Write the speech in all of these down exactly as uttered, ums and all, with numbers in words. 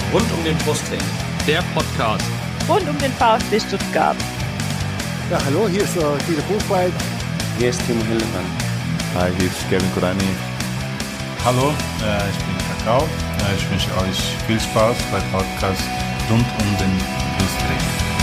Rund um den Brustring. Der Podcast. Rund um den VfB Stuttgart. Ja, hallo, hier ist uh, Dieter Buchwald. Hier ist Timo Hildebrand. Hi, hier ist Kevin Kurani. Hallo, äh, ich bin Kakao. Äh, ich wünsche euch viel Spaß beim Podcast Rund um den Brustring.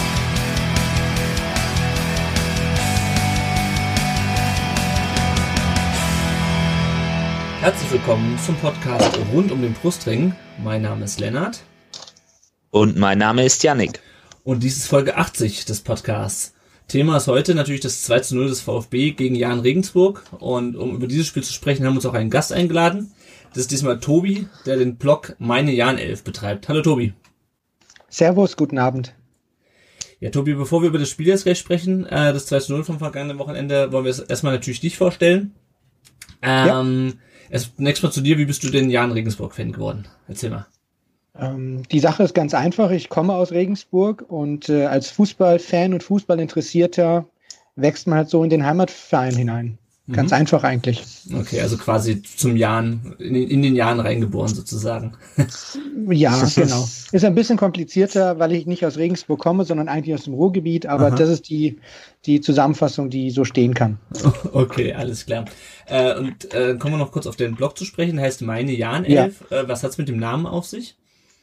Herzlich willkommen zum Podcast Rund um den Brustring. Mein Name ist Lennart. Und mein Name ist Yannick. Und dies ist Folge achtzig des Podcasts. Thema ist heute natürlich das zwei zu null des VfB gegen Jahn Regensburg. Und um über dieses Spiel zu sprechen, haben wir uns auch einen Gast eingeladen. Das ist diesmal Tobi, der den Blog Meine Jahn-Elf betreibt. Hallo Tobi. Servus, guten Abend. Ja, Tobi, bevor wir über das Spiel jetzt gleich sprechen, äh, das zwei zu null vom vergangenen Wochenende, wollen wir erstmal natürlich dich vorstellen. Ähm, ja. Erst nächstes Mal zu dir, wie bist du denn Jahn Regensburg-Fan geworden? Erzähl mal. Ähm, die Sache ist ganz einfach, ich komme aus Regensburg und äh, als Fußballfan und Fußballinteressierter wächst man halt so in den Heimatverein hinein. Ganz mhm. einfach eigentlich. Okay, also quasi zum Jahren, in, in den Jahren reingeboren sozusagen. Ja, genau. Ist ein bisschen komplizierter, weil ich nicht aus Regensburg komme, sondern eigentlich aus dem Ruhrgebiet, aber Aha. das ist die, die Zusammenfassung, die so stehen kann. Okay, alles klar. Äh, und äh, kommen wir noch kurz auf den Blog zu sprechen, heißt Meine Jahn-Elf. Ja. Äh, was hat's mit dem Namen auf sich?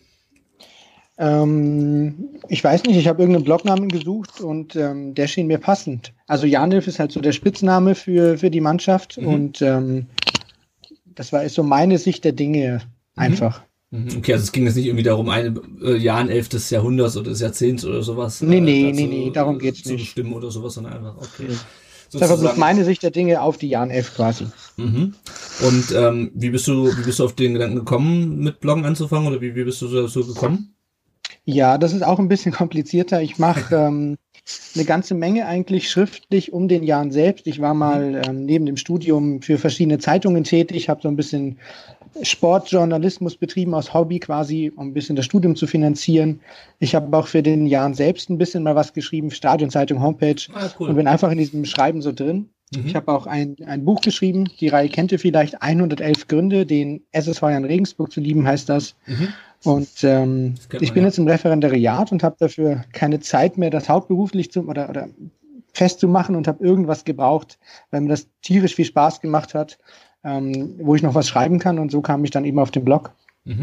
Ähm, ich weiß nicht, ich habe irgendeinen Blognamen gesucht und ähm, der schien mir passend. Also Jahn-Elf ist halt so der Spitzname für, für die Mannschaft mhm. und ähm, das war ist so meine Sicht der Dinge einfach. Mhm. Okay, also es ging jetzt nicht irgendwie darum, eine äh, Jahn-Elf des Jahrhunderts oder des Jahrzehnts oder sowas. Nee, nee, äh, nee, nee, darum geht's zu nicht. Bestimmen oder sowas, sondern einfach, okay. Mhm. Das ist aber bloß meine Sicht der Dinge auf die Jahn-Elf quasi. Mhm. Und ähm, wie bist du, wie bist du auf den Gedanken gekommen, mit Bloggen anzufangen oder wie, wie bist du so, so gekommen? Ja, das ist auch ein bisschen komplizierter. Ich mache ähm, eine ganze Menge eigentlich schriftlich um den Jahn selbst. Ich war mal ähm, neben dem Studium für verschiedene Zeitungen tätig, habe so ein bisschen Sportjournalismus betrieben aus Hobby quasi, um ein bisschen das Studium zu finanzieren. Ich habe auch für den Jahn selbst ein bisschen mal was geschrieben, Stadionzeitung, Homepage ah, cool. und bin einfach in diesem Schreiben so drin. Mhm. Ich habe auch ein, ein Buch geschrieben, die Reihe kennt ihr vielleicht, hundertelf Gründe, den S S V Jahn Regensburg zu lieben, heißt das. Mhm. Und ähm, man, ich bin ja. jetzt im Referendariat und habe dafür keine Zeit mehr, das hauptberuflich zu oder, oder festzumachen und habe irgendwas gebraucht, weil mir das tierisch viel Spaß gemacht hat, ähm, wo ich noch was schreiben kann und so kam ich dann eben auf den Blog. Mhm.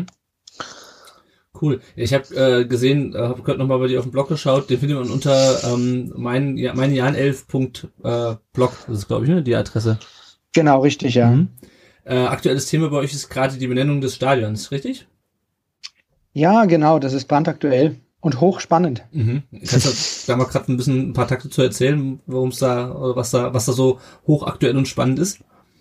Cool. Ich habe äh, gesehen, äh, habe gerade nochmal bei dir auf den Blog geschaut, den findet man unter ähm, mein, ja, meine Jahn-Elf Punkt blog, das ist glaube ich ne, die Adresse. Genau, richtig, ja. Mhm. Äh, aktuelles Thema bei euch ist gerade die Benennung des Stadions, richtig? Ja, genau, das ist brandaktuell und hochspannend. Mhm. Kannst du da mal gerade ein bisschen ein paar Takte zu erzählen, worum es da, oder was da, was da so hochaktuell und spannend ist?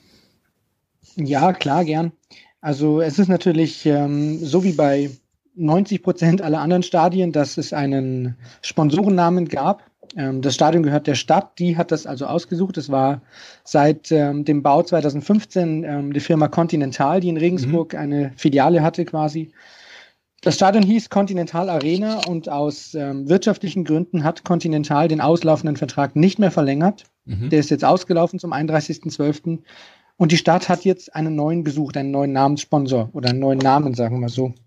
Ja, klar, gern. Also es ist natürlich ähm, so wie bei neunzig Prozent aller anderen Stadien, dass es einen Sponsorennamen gab. Ähm, das Stadion gehört der Stadt, die hat das also ausgesucht. Es war seit ähm, dem Bau zweitausendfünfzehn ähm, die Firma Continental, die in Regensburg mhm. eine Filiale hatte quasi. Das Stadion hieß Continental Arena und aus ähm, wirtschaftlichen Gründen hat Continental den auslaufenden Vertrag nicht mehr verlängert. Mhm. Der ist jetzt ausgelaufen zum einunddreißigsten zwölften Und die Stadt hat jetzt einen neuen gesucht, einen neuen Namenssponsor oder einen neuen Namen, sagen wir so.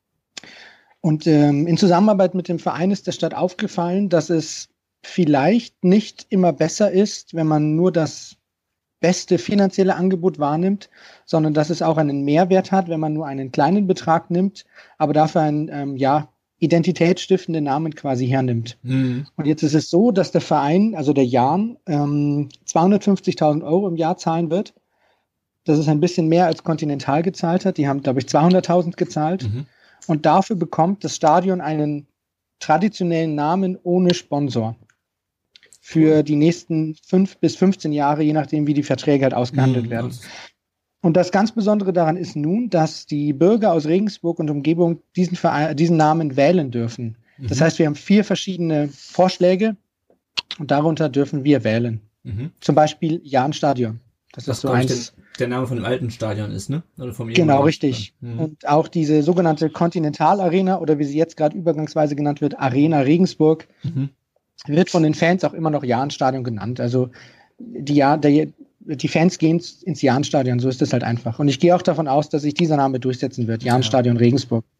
Und ähm, in Zusammenarbeit mit dem Verein ist der Stadt aufgefallen, dass es vielleicht nicht immer besser ist, wenn man nur das beste finanzielle Angebot wahrnimmt, sondern dass es auch einen Mehrwert hat, wenn man nur einen kleinen Betrag nimmt, aber dafür einen ähm, ja, identitätsstiftenden Namen quasi hernimmt. Mhm. Und jetzt ist es so, dass der Verein, also der Jahn, ähm, zweihundertfünfzigtausend Euro im Jahr zahlen wird. Das ist ein bisschen mehr als Continental gezahlt hat. Die haben, glaube ich, zweihunderttausend gezahlt. Mhm. Und dafür bekommt das Stadion einen traditionellen Namen ohne Sponsor für die nächsten fünf bis fünfzehn Jahre, je nachdem, wie die Verträge halt ausgehandelt mhm. werden. Und das ganz Besondere daran ist nun, dass die Bürger aus Regensburg und Umgebung diesen, Verein, diesen Namen wählen dürfen. Mhm. Das heißt, wir haben vier verschiedene Vorschläge und darunter dürfen wir wählen. Mhm. Zum Beispiel Jahn-Stadion. Das, das ist so eins. Den, der Name von dem alten Stadion ist, ne? Oder vom genau, richtig. Mhm. Und auch diese sogenannte Continental Arena oder wie sie jetzt gerade übergangsweise genannt wird, Arena Regensburg, mhm. wird von den Fans auch immer noch Jahn-Stadion genannt. Also die, ja, der, die Fans gehen ins Jahn-Stadion, so ist das halt einfach. Und ich gehe auch davon aus, dass sich dieser Name durchsetzen wird, Jahn-Stadion Regensburg.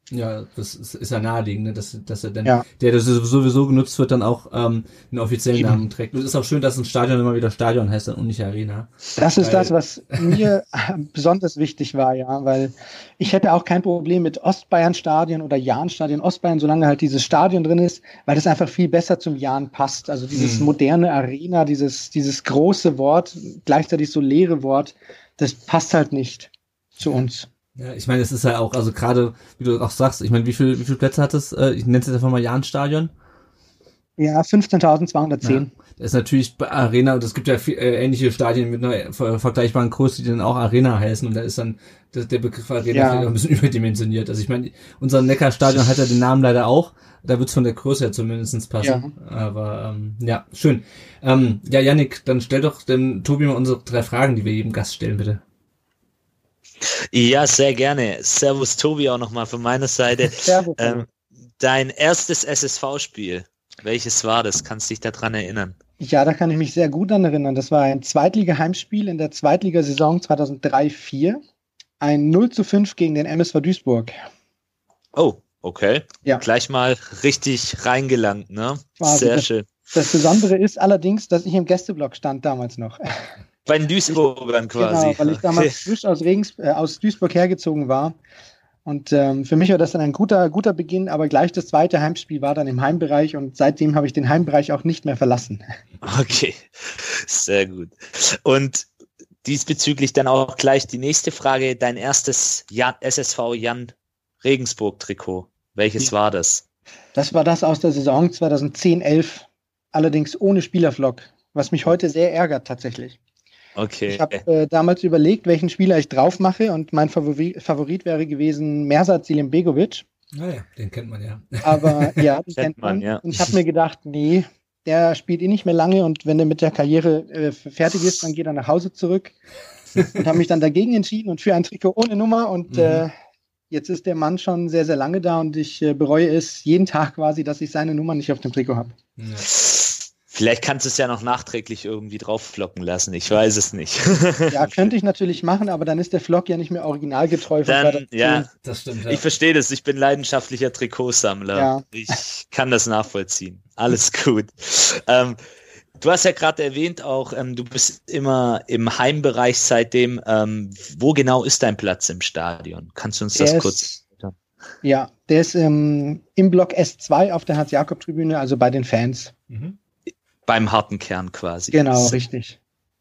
Ja, das ist, ist ja naheliegend, ne? dass, dass er dann, Ja. der, der sowieso genutzt wird, dann auch ähm, den offiziellen Eben. Namen trägt. Und es ist auch schön, dass ein Stadion immer wieder Stadion heißt und nicht Arena. Das ist Weil- das, was mir besonders wichtig war, ja, weil ich hätte auch kein Problem mit Ostbayern-Stadion oder Jahn-Stadion Ostbayern, solange halt dieses Stadion drin ist, weil das einfach viel besser zum Jahn passt. Also dieses Mhm. moderne Arena, dieses, dieses große Wort, gleichzeitig so leere Wort, das passt halt nicht zu uns. Ja, ich meine, es ist ja auch, also gerade, wie du auch sagst, ich meine, wie viel, wie viele Plätze hat es? Äh, ich nenne es jetzt einfach mal Jahn-Stadion. Ja, fünfzehntausendzweihundertzehn. Das ist natürlich bei Arena, und es gibt ja viel, äh, ähnliche Stadien mit einer ver vergleichbaren Größe, die dann auch Arena heißen, und da ist dann das, der Begriff Arena Ja. vielleicht auch ein bisschen überdimensioniert. Also ich meine, unser Neckarstadion hat ja den Namen leider auch, da wird's von der Größe her zumindest passen. Aber ähm, ja, schön. Ähm, ja, Yannick, dann stell doch dem Tobi mal unsere drei Fragen, die wir jedem Gast stellen, bitte. Ja, sehr gerne. Servus Tobi auch nochmal von meiner Seite. Servus. Ähm, dein erstes S S V-Spiel, welches war das? Kannst dich daran erinnern? Ja, da kann ich mich sehr gut an erinnern. Das war ein Zweitliga-Heimspiel in der Zweitligasaison zweitausenddrei vier. Ein null zu fünf gegen den M S V Duisburg. Oh, okay. Ja. Gleich mal richtig reingelangt, ne? Quasi. Sehr Das- schön. Das Besondere ist allerdings, dass ich im Gästeblock stand damals noch. Bei den Duisburgern quasi. Genau, weil ich damals Okay. frisch aus, Regens, äh, aus Duisburg hergezogen war. Und ähm, für mich war das dann ein guter, guter Beginn, aber gleich das zweite Heimspiel war dann im Heimbereich und seitdem habe ich den Heimbereich auch nicht mehr verlassen. Okay, sehr gut. Und diesbezüglich dann auch gleich die nächste Frage. Dein erstes Jan, S S V Jan Regensburg Trikot. Welches Ja. war das? Das war das aus der Saison zweitausendzehn elf, allerdings ohne Spielervlog, was mich heute sehr ärgert tatsächlich. Okay. Ich habe äh, damals überlegt, welchen Spieler ich drauf mache und mein Favori Favorit wäre gewesen Mersat Selimbegovic. Naja, den kennt man ja. Aber ja, den Kennt kennt man. man, ja. Und ich habe mir gedacht, nee, der spielt eh nicht mehr lange und wenn er mit der Karriere äh, fertig ist, dann geht er nach Hause zurück. Und habe mich dann dagegen entschieden und für ein Trikot ohne Nummer. Und Mhm. äh, jetzt ist der Mann schon sehr, sehr lange da und ich äh, bereue es jeden Tag quasi, dass ich seine Nummer nicht auf dem Trikot habe. Ja. Vielleicht kannst du es ja noch nachträglich irgendwie drauflocken lassen. Ich weiß es nicht. Ja, könnte ich natürlich machen, aber dann ist der Vlog ja nicht mehr originalgetreu von Dann, zweitausendzehn. ja, Das stimmt, ja. ich verstehe das. Ich bin leidenschaftlicher Trikotsammler. Ja. Ich kann das nachvollziehen. Alles gut. Ähm, du hast ja gerade erwähnt auch, ähm, du bist immer im Heimbereich seitdem. Ähm, wo genau ist dein Platz im Stadion? Kannst du uns das Der kurz... ist- Ja, der ist ähm, im Block S zwei auf der Hans-Jakob-Tribüne, also bei den Fans. Mhm. Beim harten Kern quasi. Genau, richtig.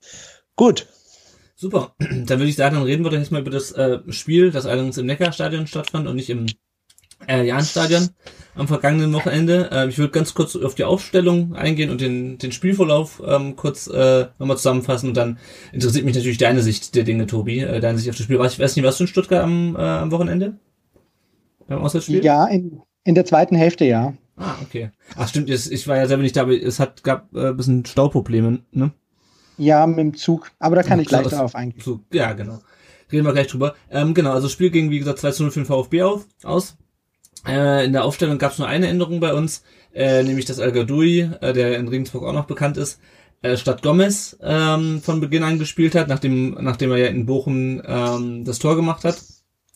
Gut. Super. Dann würde ich sagen, dann reden wir doch jetzt mal über das äh, Spiel, das allerdings im Neckarstadion stattfand und nicht im äh, Jahnstadion am vergangenen Wochenende. Äh, ich würde ganz kurz auf die Aufstellung eingehen und den, den Spielverlauf ähm, kurz äh, nochmal zusammenfassen. Und dann interessiert mich natürlich deine Sicht der Dinge, Tobi, äh, deine Sicht auf das Spiel. Ich weiß nicht, warst du in Stuttgart am, äh, am Wochenende? Beim Auswärtsspiel? Ja, in, in der zweiten Hälfte, ja. Ah, okay. Ach stimmt, jetzt, ich war ja selber nicht da, aber es hat gab äh, ein bisschen Stauprobleme, ne? Ja, mit dem Zug. Aber da kann ich Klar, gleich das- darauf eingehen. So, ja, genau. Reden wir gleich drüber. Ähm, genau, also das Spiel ging, wie gesagt, zwei zu null für den VfB auf, aus. Äh, in der Aufstellung gab es nur eine Änderung bei uns, äh, nämlich dass Al-Gadoui, äh, der in Regensburg auch noch bekannt ist, äh, statt Gomez ähm, von Beginn an gespielt hat, nachdem, nachdem er ja in Bochum ähm, das Tor gemacht hat.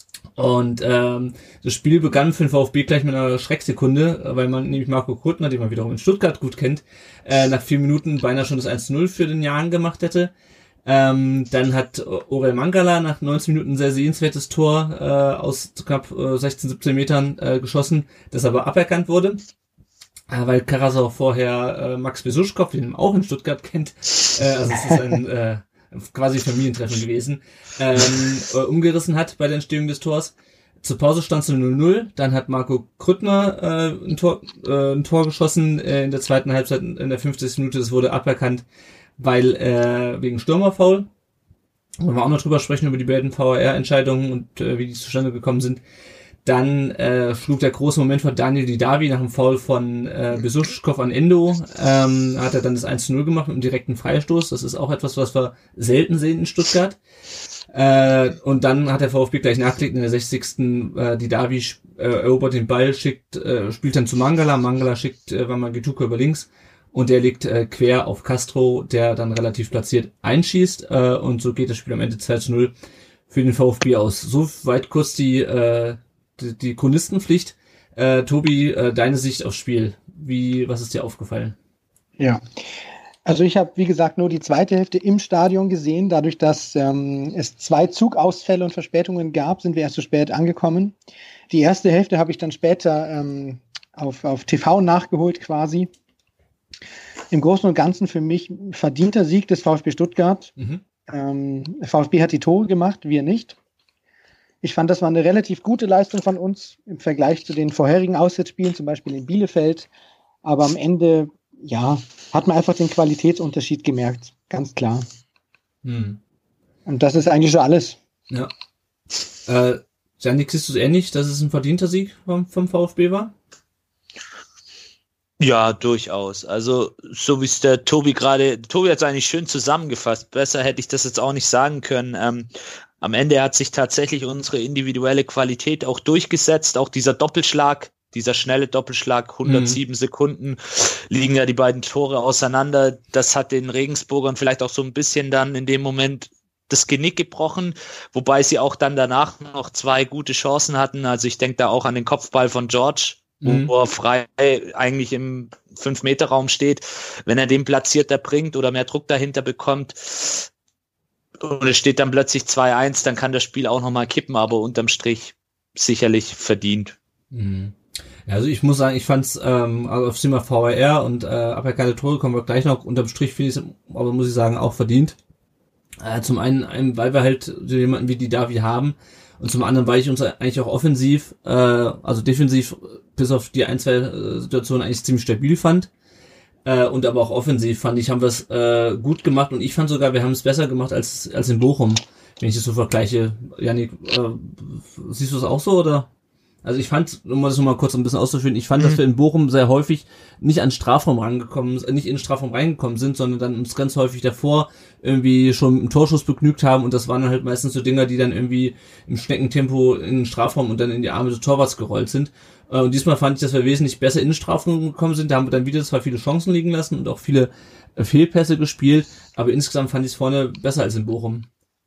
Und ähm, das Spiel begann für den VfB gleich mit einer Schrecksekunde, äh, weil man nämlich Marco Kuttner, den man wiederum in Stuttgart gut kennt, äh, nach vier Minuten beinahe schon das eins zu null für den Jan gemacht hätte. Ähm, dann hat Orel Mangala nach neunzehn Minuten ein sehr sehenswertes Tor äh, aus knapp äh, sechzehn, siebzehn Metern äh, geschossen, das aber aberkannt wurde, äh, weil Karasau vorher äh, Max Besuschkow, den man auch in Stuttgart kennt, äh, also es ist ein äh, quasi Familientreffen gewesen, ähm, äh, umgerissen hat bei der Entstehung des Tors. Zur Pause stand es null null, dann hat Marco Krüttner äh, ein, Tor, äh, ein Tor geschossen äh, in der zweiten Halbzeit, in der fünfzigsten Minute, das wurde aberkannt, weil äh, wegen Stürmerfoul. Wollen wir auch noch drüber sprechen, über die beiden V A R-Entscheidungen und äh, wie die zustande gekommen sind. Dann äh, schlug der große Moment von Daniel Didavi nach dem Foul von äh, Besuschkow an Endo. Ähm, hat er dann das eins zu null gemacht mit einem direkten Freistoß. Das ist auch etwas, was wir selten sehen in Stuttgart. Äh, und dann hat der VfB gleich nachgelegt in der sechzigsten Äh, Didavi äh, erobert den Ball, schickt, äh, spielt dann zu Mangala. Mangala schickt äh, Wamangituka über links. Und der legt äh, quer auf Castro, der dann relativ platziert einschießt. Äh, und so geht das Spiel am Ende zwei zu null für den VfB aus. So weit kurz die äh, die, die Chronistenpflicht. Äh, Tobi, äh, deine Sicht aufs Spiel. Wie, was ist dir aufgefallen? Ja, also ich habe, wie gesagt, nur die zweite Hälfte im Stadion gesehen. Dadurch, dass ähm, es zwei Zugausfälle und Verspätungen gab, sind wir erst zu spät angekommen. Die erste Hälfte habe ich dann später ähm, auf, auf T V nachgeholt quasi. Im Großen und Ganzen für mich verdienter Sieg des VfB Stuttgart. Mhm. Ähm, der VfB hat die Tore gemacht, wir nicht. Ich fand, das war eine relativ gute Leistung von uns im Vergleich zu den vorherigen Auswärtsspielen, zum Beispiel in Bielefeld. Aber am Ende, ja, hat man einfach den Qualitätsunterschied gemerkt, ganz klar. Mhm. Und das ist eigentlich schon alles. Ja. Äh, Janik, siehst du es ähnlich, dass es ein verdienter Sieg vom, vom VfB war? Ja, durchaus. Also, so wie es der Tobi gerade, Tobi hat es eigentlich schön zusammengefasst. Besser hätte ich das jetzt auch nicht sagen können. Ähm, am Ende hat sich tatsächlich unsere individuelle Qualität auch durchgesetzt. Auch dieser Doppelschlag, dieser schnelle Doppelschlag, hundertsieben mhm. Sekunden, liegen ja die beiden Tore auseinander. Das hat den Regensburgern vielleicht auch so ein bisschen dann in dem Moment das Genick gebrochen, wobei sie auch dann danach noch zwei gute Chancen hatten. Also ich denke da auch an den Kopfball von George, mhm. wo er frei eigentlich im fünf-Meter-Raum steht. Wenn er den platzierter bringt oder mehr Druck dahinter bekommt und es steht dann plötzlich zwei eins, dann kann das Spiel auch nochmal kippen, aber unterm Strich sicherlich verdient. Mhm. Ja, also ich muss sagen, ich fand's ähm, also aufs Thema V A R und äh, aberkannte Tore kommen wir gleich noch. Unterm Strich finde ich es, aber muss ich sagen, auch verdient. Äh, zum einen, weil wir halt so jemanden wie die Davi haben und zum anderen, weil ich uns eigentlich auch offensiv, äh, also defensiv bis auf die ein, zwei Situationen eigentlich ziemlich stabil fand. Äh, und aber auch offensiv fand ich, haben wir es äh, gut gemacht und ich fand sogar, wir haben es besser gemacht als als in Bochum, wenn ich das so vergleiche. Janik, äh, siehst du es auch so, oder? Also ich fand, um das nochmal kurz ein bisschen auszuführen, ich fand, mhm. dass wir in Bochum sehr häufig nicht an den Strafraum rangekommen, nicht in den Strafraum reingekommen sind, sondern dann uns ganz häufig davor irgendwie schon mit einem Torschuss begnügt haben und das waren dann halt meistens so Dinger, die dann irgendwie im Schneckentempo in den Strafraum und dann in die Arme des Torwarts gerollt sind. Und diesmal fand ich, dass wir wesentlich besser in den Strafraum gekommen sind, da haben wir dann wieder zwar viele Chancen liegen lassen und auch viele Fehlpässe gespielt, aber insgesamt fand ich es vorne besser als in Bochum.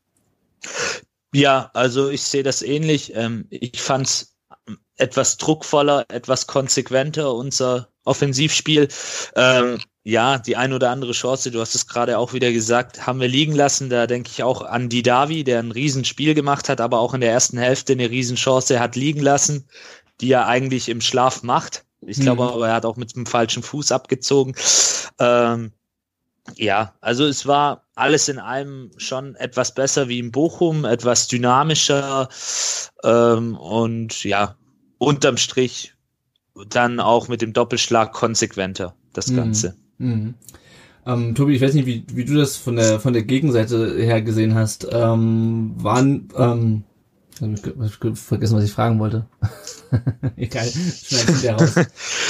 Ja, also ich sehe das ähnlich. Ich fand's etwas druckvoller, etwas konsequenter, unser Offensivspiel. Ähm, ja, die ein oder andere Chance, du hast es gerade auch wieder gesagt, haben wir liegen lassen. Da denke ich auch an Didavi, der ein Riesenspiel gemacht hat, aber auch in der ersten Hälfte eine Riesenchance hat liegen lassen, die er eigentlich im Schlaf macht. Ich mhm. glaube aber, er hat auch mit dem falschen Fuß abgezogen. Ähm, ja, also es war alles in allem schon etwas besser wie in Bochum, etwas dynamischer ähm, und ja, unterm Strich dann auch mit dem Doppelschlag konsequenter, das Ganze. Mhm. Mhm. Ähm, Tobi, ich weiß nicht, wie, wie du das von der von der Gegenseite her gesehen hast. Ähm, waren, ähm, ich hab vergessen, was ich fragen wollte. Egal, schneid es wieder raus.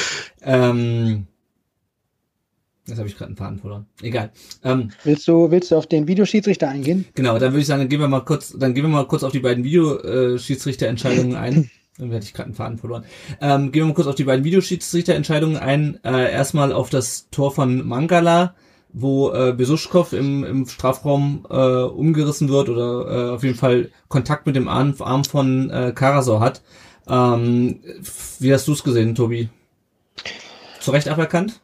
ähm, Jetzt habe ich gerade einen Faden verloren. Egal. Ähm, willst du willst du auf den Videoschiedsrichter eingehen? Genau, dann würde ich sagen, dann gehen wir mal kurz, dann gehen wir mal kurz auf die beiden Videoschiedsrichterentscheidungen ein. Dann hatte ich gerade einen Faden verloren. Ähm, gehen wir mal kurz auf die beiden Videoschiedsrichterentscheidungen ein. Äh, erstmal auf das Tor von Mangala, wo äh, Besuschkow im, im Strafraum äh, umgerissen wird oder äh, auf jeden Fall Kontakt mit dem Arm, Arm von äh, Karasor hat. Ähm, wie hast du es gesehen, Tobi? Zu Recht aberkannt?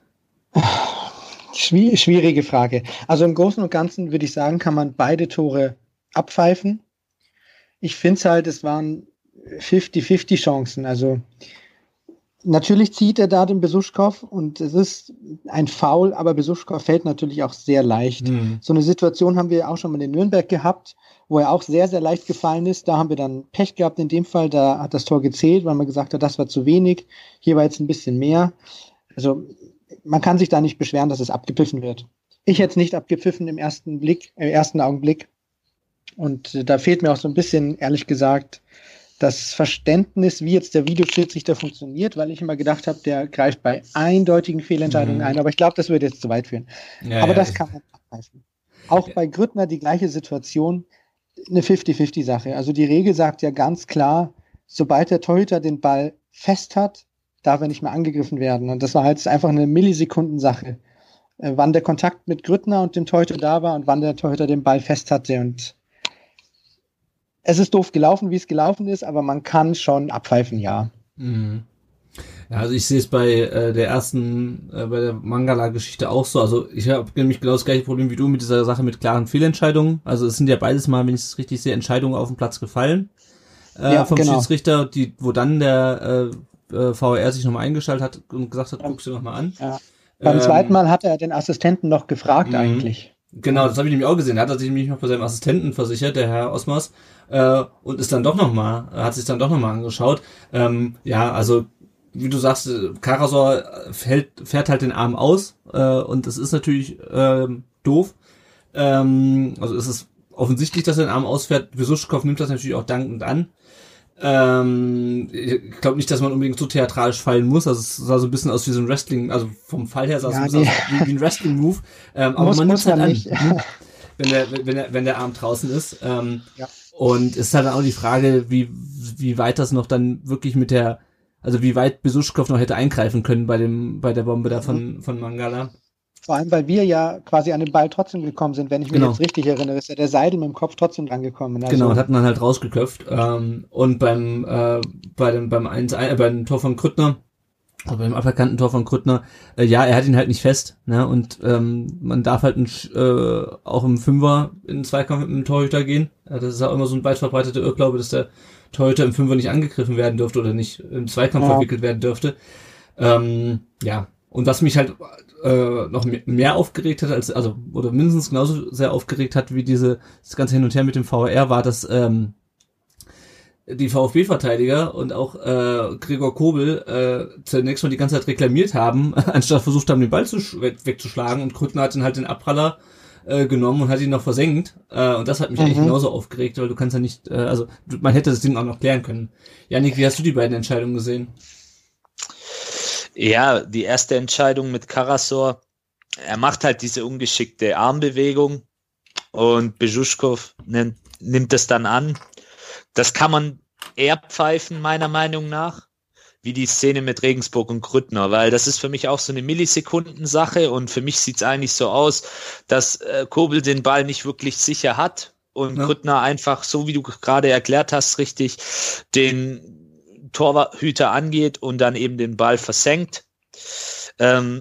Schwierige Frage. Also im Großen und Ganzen würde ich sagen, kann man beide Tore abpfeifen. Ich finde es halt, es waren fünfzig fünfzig Chancen. Also natürlich zieht er da den Besuschkow und es ist ein Foul, aber Besuschkow fällt natürlich auch sehr leicht. Mhm. So eine Situation haben wir auch schon mal in Nürnberg gehabt, wo er auch sehr, sehr leicht gefallen ist. Da haben wir dann Pech gehabt in dem Fall, da hat das Tor gezählt, weil man gesagt hat, das war zu wenig. Hier war jetzt ein bisschen mehr. Also man kann sich da nicht beschweren, dass es abgepfiffen wird. Ich hätte es nicht abgepfiffen im ersten Blick, im ersten Augenblick. Und äh, da fehlt mir auch so ein bisschen, ehrlich gesagt, das Verständnis, wie jetzt der Videoschiedsrichter funktioniert, weil ich immer gedacht habe, der greift bei eindeutigen Fehlentscheidungen mhm. ein. Aber ich glaube, das würde jetzt zu weit führen. Ja, aber ja, das kann man abpfeifen. Auch ja. bei Grüttner die gleiche Situation, eine fünfzig fünfzig Sache. Also die Regel sagt ja ganz klar, sobald der Torhüter den Ball fest hat, darf er nicht mehr angegriffen werden. Und das war halt einfach eine Millisekundensache, äh, wann der Kontakt mit Grüttner und dem Torhüter da war und wann der Torhüter den Ball fest hatte. Und es ist doof gelaufen, wie es gelaufen ist, aber man kann schon abpfeifen, ja. Mhm. Ja, also ich sehe es bei äh, der ersten, äh, bei der Mangala-Geschichte auch so. Also ich habe nämlich genau das gleiche Problem wie du mit dieser Sache mit klaren Fehlentscheidungen. Also es sind ja beides Mal, wenn ich es richtig sehe, Entscheidungen auf dem Platz gefallen äh, ja, vom genau. Schiedsrichter, die, wo dann der äh, äh, V A R sich nochmal eingeschaltet hat und gesagt hat, guck's dir nochmal an. Ja. Beim ähm, zweiten Mal hat er den Assistenten noch gefragt m- eigentlich. Genau, das habe ich nämlich auch gesehen. Da hat er sich nämlich noch bei seinem Assistenten versichert, der Herr Osmers, äh, und ist dann doch nochmal, hat sich dann doch nochmal angeschaut. Ähm, ja, also wie du sagst, Karasor fährt, fährt halt den Arm aus äh, und es ist natürlich äh, doof. Ähm, also es ist offensichtlich, dass er den Arm ausfährt. Besuschkow nimmt das natürlich auch dankend an. Ähm, ich glaube nicht, dass man unbedingt so theatralisch fallen muss. Also es sah so ein bisschen aus wie so ein Wrestling, also vom Fall her sah es ja, so nee. aus wie, wie ein Wrestling-Move. Ähm, aber muss, man nimmt es halt an, nicht. wenn, der, wenn, der, wenn der Arm draußen ist. Ähm, ja. Und es ist halt dann auch die Frage, wie, wie weit das noch dann wirklich mit der Also wie weit Besuschkow noch hätte eingreifen können bei dem bei der Bombe da von von Mangala. Vor allem, weil wir ja quasi an den Ball trotzdem gekommen sind, wenn ich mich genau. jetzt richtig erinnere, ist ja der Seidel mit dem Kopf trotzdem rangekommen. Also genau, und hat man halt rausgeköpft. Ähm, und beim äh, bei dem beim eins äh, beim Tor von Krüttner, also beim aberkannten Tor von Krüttner, äh, ja, er hat ihn halt nicht fest, ne? Und ähm, man darf halt ein, äh, auch im Fünfer in den Zweikampf mit dem Torhüter gehen. Ja, das ist auch immer so ein weit verbreiteter Irrglaube, dass der Torhüter im Fünfer nicht angegriffen werden dürfte oder nicht im Zweikampf ja. verwickelt werden dürfte. Ähm, ja, und was mich halt äh, noch mehr aufgeregt hat, als also oder mindestens genauso sehr aufgeregt hat wie diese das ganze Hin und Her mit dem V A R, war, dass ähm, die VfB-Verteidiger und auch äh, Gregor Kobel äh, zunächst mal die ganze Zeit reklamiert haben, anstatt versucht haben, den Ball zu sch- wegzuschlagen, und Krüttner hat dann halt den Abpraller äh, genommen und hat ihn noch versenkt. Äh, und das hat mich mhm. eigentlich genauso aufgeregt, weil du kannst ja nicht, äh, also man hätte das Ding auch noch klären können. Jannik, wie hast du die beiden Entscheidungen gesehen? Ja, die erste Entscheidung mit Karasor, er macht halt diese ungeschickte Armbewegung und Besuschkow nimmt, nimmt das dann an. Das kann man eher pfeifen, meiner Meinung nach, wie die Szene mit Regensburg und Krüttner, weil das ist für mich auch so eine Millisekundensache, und für mich sieht es eigentlich so aus, dass äh, Kobel den Ball nicht wirklich sicher hat und ja. Krüttner einfach, so wie du gerade erklärt hast, richtig den Torhüter angeht und dann eben den Ball versenkt. Ähm,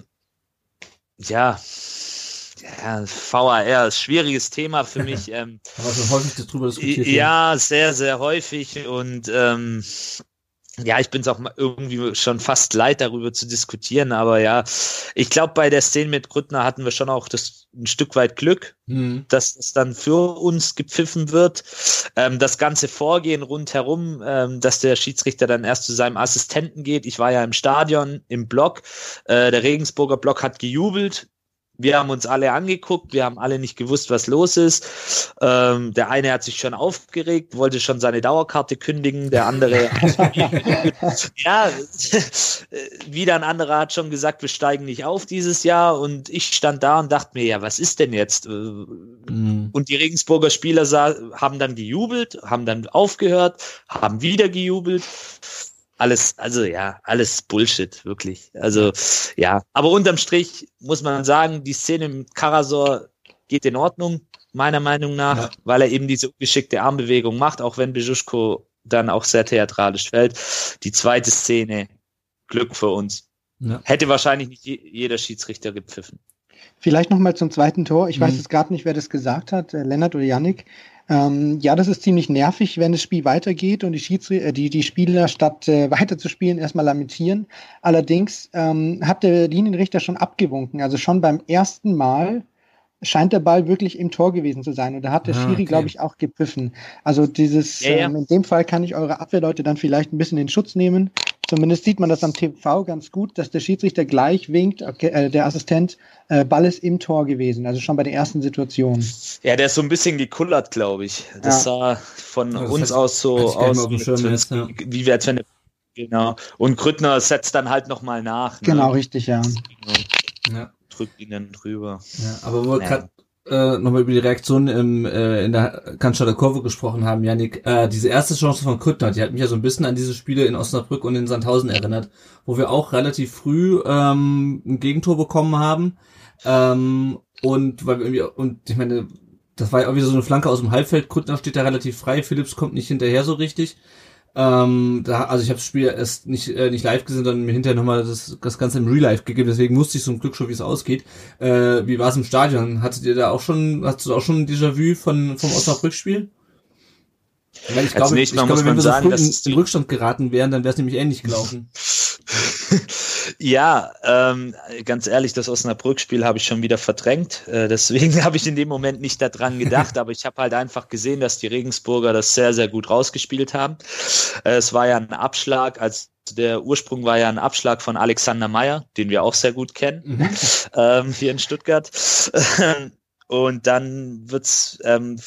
ja, ja, V A R ist ein schwieriges Thema für mich. Ähm, Aber schon häufig darüber diskutiert. Ja, sehr, sehr häufig, und ähm, ja, ich bin es auch mal irgendwie schon fast leid, darüber zu diskutieren, aber ja, ich glaube, bei der Szene mit Krüttner hatten wir schon auch das ein Stück weit Glück, mhm. dass das dann für uns gepfiffen wird. Ähm, das ganze Vorgehen rundherum, ähm, dass der Schiedsrichter dann erst zu seinem Assistenten geht. Ich war ja im Stadion, im Block. Äh, der Regensburger Block hat gejubelt. Wir haben uns alle angeguckt, wir haben alle nicht gewusst, was los ist. Ähm, der eine hat sich schon aufgeregt, wollte schon seine Dauerkarte kündigen, der andere ja, wieder ein anderer hat schon gesagt, wir steigen nicht auf dieses Jahr, und ich stand da und dachte mir, ja, was ist denn jetzt? Mhm. Und die Regensburger Spieler sah, haben dann gejubelt, haben dann aufgehört, haben wieder gejubelt. Alles, also ja, alles Bullshit, wirklich. Also ja, aber unterm Strich muss man sagen, die Szene mit Karasor geht in Ordnung, meiner Meinung nach, ja. weil er eben diese ungeschickte Armbewegung macht, auch wenn Besuschkow dann auch sehr theatralisch fällt. Die zweite Szene, Glück für uns. Ja. Hätte wahrscheinlich nicht je, jeder Schiedsrichter gepfiffen. Vielleicht nochmal zum zweiten Tor. Ich mhm. weiß jetzt gerade nicht, wer das gesagt hat, Lennart oder Jannik. Ähm, ja, das ist ziemlich nervig, wenn das Spiel weitergeht und die, Schiedsrichter, die, die Spieler statt äh, weiterzuspielen erstmal lamentieren. Allerdings ähm, hat der Linienrichter schon abgewunken. Also schon beim ersten Mal scheint der Ball wirklich im Tor gewesen zu sein. Und da hat der ah, Schiri, okay. glaube ich, auch gepfiffen. Also dieses, ja, ja. Ähm, in dem Fall kann ich eure Abwehrleute dann vielleicht ein bisschen in Schutz nehmen. Zumindest sieht man das am T V ganz gut, dass der Schiedsrichter gleich winkt, okay, äh, der Assistent, äh, Ball ist im Tor gewesen, also schon bei der ersten Situation. Ja, der ist so ein bisschen gekullert, glaube ich. Das ja. sah von ja, das uns heißt, aus so aus, mit, ist, ja. wie wir wenn genau. Und Krüttner setzt dann halt nochmal nach. Ne? Genau, richtig, ja. ja. Drückt ihn dann drüber. Ja, aber wo wir ja. gerade äh, nochmal über die Reaktion im, äh, in der Cannstatter Kurve gesprochen haben, Jannik, äh, diese erste Chance von Krüttner, die hat mich ja so ein bisschen an diese Spiele in Osnabrück und in Sandhausen erinnert, wo wir auch relativ früh ähm, ein Gegentor bekommen haben. Ähm, und weil wir irgendwie, und ich meine, das war ja auch wieder so eine Flanke aus dem Halbfeld. Grüttner steht da relativ frei. Phillips kommt nicht hinterher so richtig. Ähm, da, also ich habe das Spiel erst nicht äh, nicht live gesehen, sondern mir hinterher nochmal das, das Ganze im Real Life gegeben. Deswegen wusste ich zum Glück schon, wie es ausgeht. Äh, wie war es im Stadion? Hattet ihr da auch schon, hattest du da auch schon ein Déjà-vu von vom Osnabrück-Spiel? Weil ich glaube, ich glaube, wenn wir so früh in, in Rückstand geraten wären, dann wäre es nämlich ähnlich gelaufen. Ja, ähm, ganz ehrlich, das Osnabrück-Spiel habe ich schon wieder verdrängt. Äh, deswegen habe ich in dem Moment nicht daran gedacht, aber ich habe halt einfach gesehen, dass die Regensburger das sehr, sehr gut rausgespielt haben. Äh, es war ja ein Abschlag, als der Ursprung war ja ein Abschlag von Alexander Meyer, den wir auch sehr gut kennen, mhm. ähm, hier in Stuttgart. Und dann wird's ähm,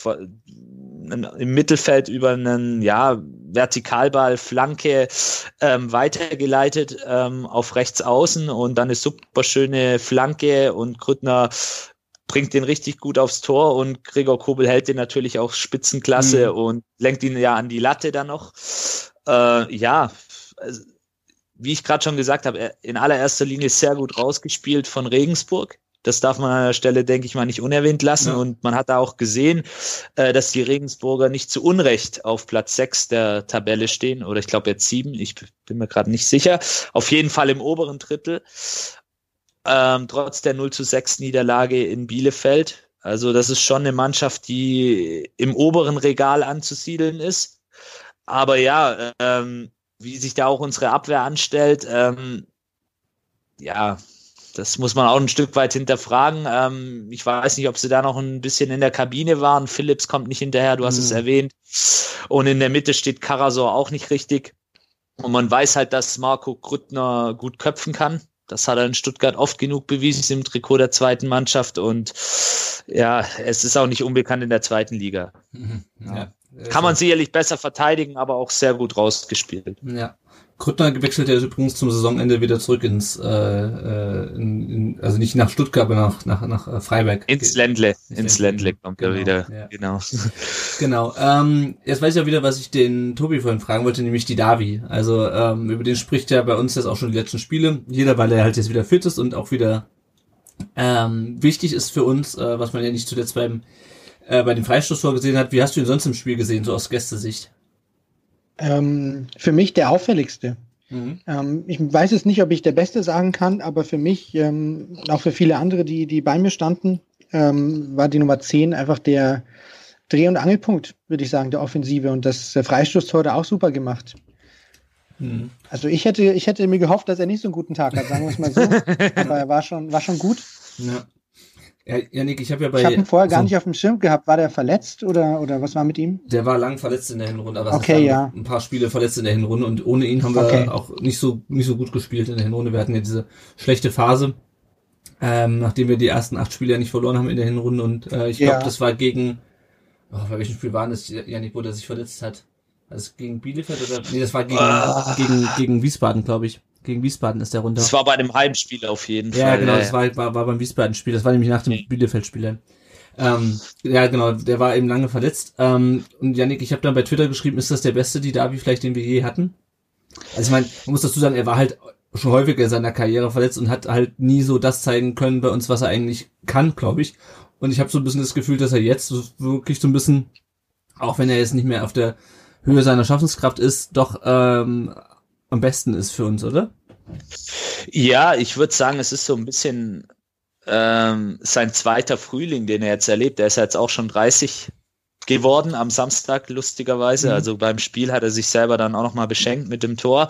im Mittelfeld über einen ja Vertikalball, Flanke ähm, weitergeleitet ähm, auf rechts außen und dann eine super schöne Flanke und Grüttner bringt den richtig gut aufs Tor und Gregor Kobel hält den natürlich auch Spitzenklasse mhm. und lenkt ihn ja an die Latte dann noch. Äh, ja, also, wie ich gerade schon gesagt habe, in allererster Linie sehr gut rausgespielt von Regensburg. Das darf man an der Stelle, denke ich mal, nicht unerwähnt lassen. Ja. Und man hat da auch gesehen, äh, dass die Regensburger nicht zu Unrecht auf Platz sechs der Tabelle stehen. Oder ich glaube jetzt sieben, ich bin mir gerade nicht sicher. Auf jeden Fall im oberen Drittel. Ähm, trotz der null zu sechs Niederlage in Bielefeld. Also das ist schon eine Mannschaft, die im oberen Regal anzusiedeln ist. Aber ja, ähm, wie sich da auch unsere Abwehr anstellt, ähm, ja, das muss man auch ein Stück weit hinterfragen. Ähm, ich weiß nicht, ob sie da noch ein bisschen in der Kabine waren. Phillips kommt nicht hinterher, du hast mhm. es erwähnt. Und in der Mitte steht Karasor auch nicht richtig. Und man weiß halt, dass Marco Grüttner gut köpfen kann. Das hat er in Stuttgart oft genug bewiesen im Trikot der zweiten Mannschaft. Und ja, es ist auch nicht unbekannt in der zweiten Liga. Mhm. Ja. Kann man sicherlich besser verteidigen, aber auch sehr gut rausgespielt. Ja. Grüttner gewechselt ja übrigens zum Saisonende wieder zurück ins, äh, in, in, also nicht nach Stuttgart, aber nach, nach, nach Freiberg. Ins Ländle, ins Ländle kommt genau, er wieder, ja. genau. Genau, ähm, jetzt weiß ich auch wieder, was ich den Tobi vorhin fragen wollte, nämlich die Davi. Also, ähm, über den spricht ja bei uns jetzt auch schon die letzten Spiele. Jeder, weil er halt jetzt wieder fit ist und auch wieder, ähm, wichtig ist für uns, äh, was man ja nicht zuletzt beim, äh, bei dem Freistoßtor gesehen hat. Wie hast du ihn sonst im Spiel gesehen, so aus Gästesicht? Ähm, für mich der auffälligste. Mhm. Ähm, ich weiß jetzt nicht, ob ich der Beste sagen kann, aber für mich, ähm, auch für viele andere, die, die bei mir standen, ähm, war die Nummer zehn einfach der Dreh- und Angelpunkt, würde ich sagen, der Offensive. Und das Freistoßtor da auch super gemacht. Mhm. Also ich hätte, ich hätte mir gehofft, dass er nicht so einen guten Tag hat, sagen wir es mal so. Aber er war schon, war schon gut. Ja. Ja, Janik, ich habe ja bei... Ich habe ihn vorher gar so. nicht auf dem Schirm gehabt. War der verletzt oder, oder was war mit ihm? Der war lang verletzt in der Hinrunde, aber es okay, ja. ein paar Spiele verletzt in der Hinrunde und ohne ihn haben wir okay. auch nicht so nicht so gut gespielt in der Hinrunde. Wir hatten ja diese schlechte Phase, ähm, nachdem wir die ersten acht Spiele ja nicht verloren haben in der Hinrunde und äh, ich glaube, ja. das war gegen... Oh, bei welchem Spiel war das, Janik, wo der sich verletzt hat? Also gegen Bielefeld oder... Nee, das war gegen, ah. gegen, gegen Wiesbaden, glaube ich. Gegen Wiesbaden ist der runter. Das war bei dem Heimspiel auf jeden ja, Fall. Ja, genau, das war, war, war beim Wiesbaden-Spiel. Das war nämlich nach dem nee. Bielefeld-Spiel. Ähm, ja, genau, der war eben lange verletzt. Ähm, und Janik, ich habe dann bei Twitter geschrieben, ist das der beste Didavi vielleicht, den wir je hatten? Also ich meine, man muss dazu sagen, er war halt schon häufiger in seiner Karriere verletzt und hat halt nie so das zeigen können bei uns, was er eigentlich kann, glaube ich. Und ich habe so ein bisschen das Gefühl, dass er jetzt so wirklich so ein bisschen, auch wenn er jetzt nicht mehr auf der Höhe seiner Schaffenskraft ist, doch ähm, am besten ist für uns, oder? Ja, ich würde sagen, es ist so ein bisschen ähm, sein zweiter Frühling, den er jetzt erlebt. Er ist jetzt auch schon dreißig geworden am Samstag, lustigerweise. Mhm. Also beim Spiel hat er sich selber dann auch nochmal beschenkt mit dem Tor.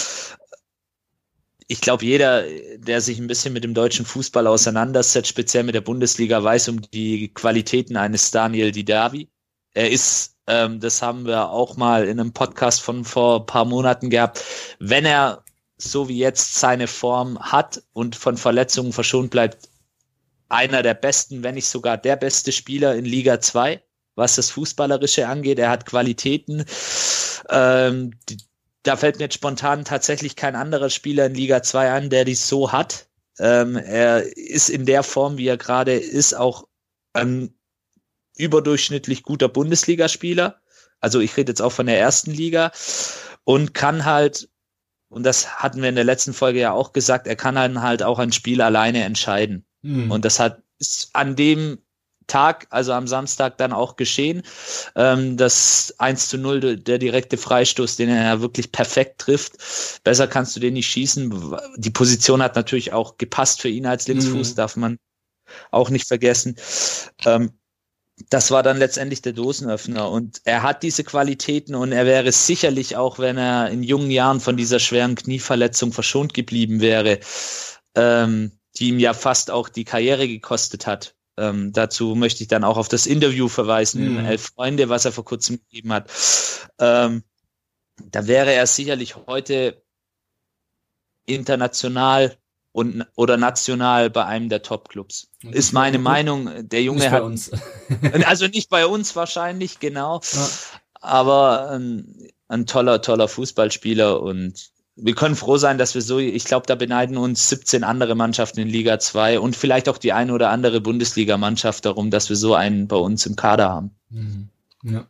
Ich glaube, jeder, der sich ein bisschen mit dem deutschen Fußball auseinandersetzt, speziell mit der Bundesliga, weiß um die Qualitäten eines Daniel Didavi. Er ist, ähm, das haben wir auch mal in einem Podcast von vor ein paar Monaten gehabt, wenn er so wie jetzt seine Form hat und von Verletzungen verschont bleibt, einer der besten, wenn nicht sogar der beste Spieler in Liga zwei, was das Fußballerische angeht. Er hat Qualitäten, ähm, die, da fällt mir jetzt spontan tatsächlich kein anderer Spieler in Liga zwei an, der dies so hat. Ähm, er ist in der Form, wie er gerade ist, auch ein überdurchschnittlich guter Bundesligaspieler. Also ich rede jetzt auch von der ersten Liga und kann halt, und das hatten wir in der letzten Folge ja auch gesagt, er kann dann halt auch ein Spiel alleine entscheiden. Mhm. Und das hat ist an dem Tag, also am Samstag dann auch geschehen. Ähm, das eins zu null, der direkte Freistoß, den er ja wirklich perfekt trifft. Besser kannst du den nicht schießen. Die Position hat natürlich auch gepasst für ihn als Linksfuß, mhm. darf man auch nicht vergessen. Ähm, das war dann letztendlich der Dosenöffner und er hat diese Qualitäten und er wäre sicherlich auch, wenn er in jungen Jahren von dieser schweren Knieverletzung verschont geblieben wäre, ähm, die ihm ja fast auch die Karriere gekostet hat. Ähm, dazu möchte ich dann auch auf das Interview verweisen, mhm. Elf Freunde, was er vor kurzem gegeben hat. Ähm, da wäre er sicherlich heute international und oder national bei einem der Top-Clubs. Ist meine Meinung. Der Junge nicht hat bei uns. Also nicht bei uns wahrscheinlich, genau. Ja. Aber ein, ein toller, toller Fußballspieler und wir können froh sein, dass wir so, ich glaube, da beneiden uns siebzehn andere Mannschaften in Liga zwei und vielleicht auch die eine oder andere Bundesliga-Mannschaft darum, dass wir so einen bei uns im Kader haben. Mhm. Ja.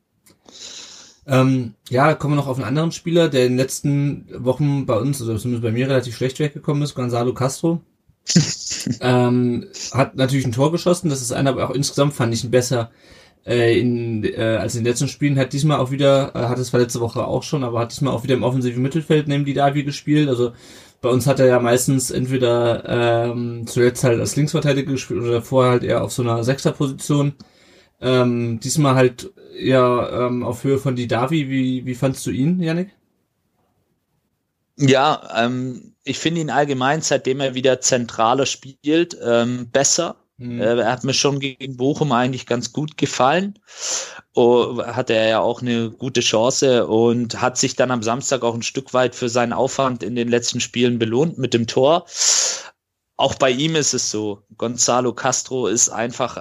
Ähm, ja, kommen wir noch auf einen anderen Spieler, der in den letzten Wochen bei uns, oder zumindest bei mir, relativ schlecht weggekommen ist, Gonzalo Castro. ähm, hat natürlich ein Tor geschossen, das ist einer, aber auch insgesamt fand ich ihn besser äh, in, äh, als in den letzten Spielen. Hat diesmal auch wieder, äh, hat es war letzte Woche auch schon, aber hat diesmal auch wieder im offensiven Mittelfeld neben die Davi gespielt. Also bei uns hat er ja meistens entweder ähm, zuletzt halt als Linksverteidiger gespielt oder vorher halt eher auf so einer Sechserposition. Ähm, diesmal halt ja ähm, auf Höhe von die Davi. Wie, wie fandst du ihn, Yannick? Ja, ähm, ich finde ihn allgemein, seitdem er wieder zentraler spielt, ähm, besser. Mhm. Äh, er hat mir schon gegen Bochum eigentlich ganz gut gefallen. Oh, hatte er ja auch eine gute Chance und hat sich dann am Samstag auch ein Stück weit für seinen Aufwand in den letzten Spielen belohnt mit dem Tor. Auch bei ihm ist es so. Gonzalo Castro ist einfach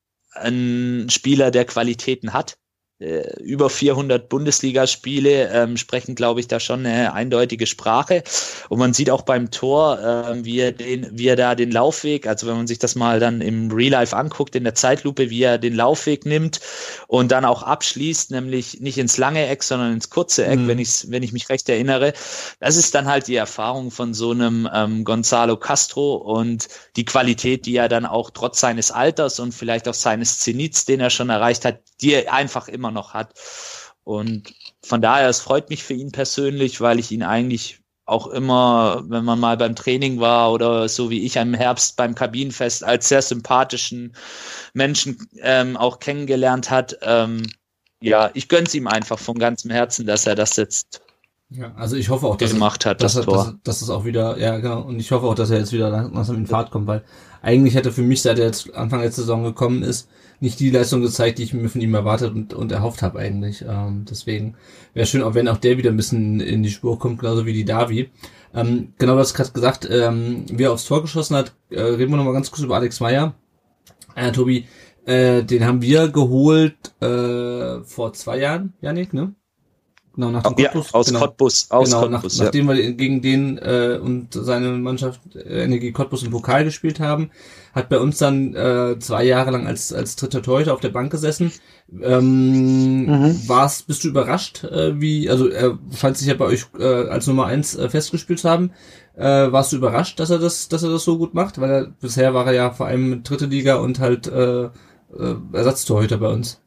ein Spieler, der Qualitäten hat. Äh, über vierhundert Bundesligaspiele ähm, sprechen, glaube ich, da schon eine eindeutige Sprache. Und man sieht auch beim Tor, äh, wie er den, wie er da den Laufweg, also wenn man sich das mal dann im Real Life anguckt, in der Zeitlupe, wie er den Laufweg nimmt und dann auch abschließt, nämlich nicht ins lange Eck, sondern ins kurze Eck, mhm. wenn ich, wenn ich mich recht erinnere. Das ist dann halt die Erfahrung von so einem ähm, Gonzalo Castro und die Qualität, die er dann auch trotz seines Alters und vielleicht auch seines Zenits, den er schon erreicht hat, die er einfach immer noch hat. Und von daher, es freut mich für ihn persönlich, weil ich ihn eigentlich auch immer, wenn man mal beim Training war oder so wie ich im Herbst beim Kabinenfest, als sehr sympathischen Menschen ähm, auch kennengelernt hat. Ähm, ja, ich gönn's ihm einfach von ganzem Herzen, dass er das jetzt ja, also ich hoffe auch, dass gemacht er, hat, dass das er, Tor. Dass, dass es auch wieder, ja genau, und ich hoffe auch, dass er jetzt wieder langsam in Fahrt kommt, weil eigentlich hätte er für mich, seit er jetzt Anfang der Saison gekommen ist, nicht die Leistung gezeigt, die ich mir von ihm erwartet und, und erhofft habe eigentlich. Ähm, deswegen wäre schön, auch wenn auch der wieder ein bisschen in die Spur kommt, genauso wie die Davi. Ähm, genau, du hast gerade gesagt, ähm, wie er aufs Tor geschossen hat, äh, reden wir nochmal ganz kurz über Alex Meyer. Äh, Tobi, äh, den haben wir geholt äh, vor zwei Jahren, Yannick, ne? Genau, nach dem ja, Cottbus. aus genau. Cottbus. Aus genau, Cottbus, nach, ja. nachdem wir gegen den äh, und seine Mannschaft äh, N E G Cottbus im Pokal gespielt haben, hat bei uns dann äh, zwei Jahre lang als als dritter Torhüter auf der Bank gesessen. Ähm, mhm. war's, bist du überrascht, äh, wie, also er scheint sich ja bei euch äh, als Nummer eins äh, festgespielt zu haben. Äh, warst du überrascht, dass er das, dass er das so gut macht? Weil er bisher war er ja vor allem dritte Liga und halt äh, äh, Ersatztorhüter bei uns.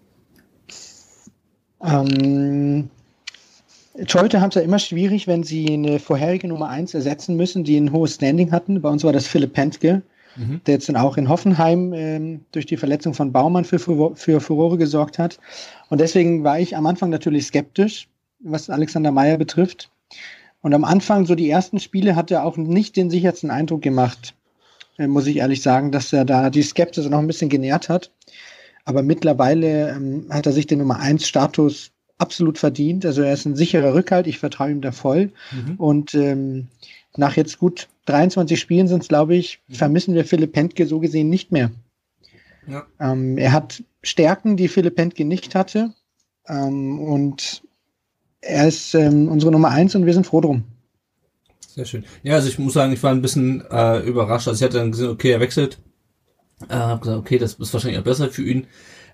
Ähm, Torhüter haben es ja immer schwierig, wenn sie eine vorherige Nummer eins ersetzen müssen, die ein hohes Standing hatten. Bei uns war das Philipp Pentke, mhm. der jetzt dann auch in Hoffenheim ähm, durch die Verletzung von Baumann für, für, für Furore gesorgt hat. Und deswegen war ich am Anfang natürlich skeptisch, was Alexander Meyer betrifft. Und am Anfang, so die ersten Spiele, hat er auch nicht den sichersten Eindruck gemacht, äh, muss ich ehrlich sagen, dass er da die Skepsis noch ein bisschen genährt hat. Aber mittlerweile ähm, hat er sich den Nummer eins Status absolut verdient. Also er ist ein sicherer Rückhalt. Ich vertraue ihm da voll. Mhm. Und ähm, nach jetzt gut dreiundzwanzig Spielen sind es, glaube ich, mhm. vermissen wir Philipp Pentke so gesehen nicht mehr. Ja. Ähm, er hat Stärken, die Philipp Pentke nicht hatte. Ähm, und er ist ähm, unsere Nummer eins und wir sind froh drum. Sehr schön. Ja, also ich muss sagen, ich war ein bisschen äh, überrascht. Also ich hatte dann gesehen, okay, er wechselt. Äh, hab gesagt, okay, das ist wahrscheinlich auch besser für ihn.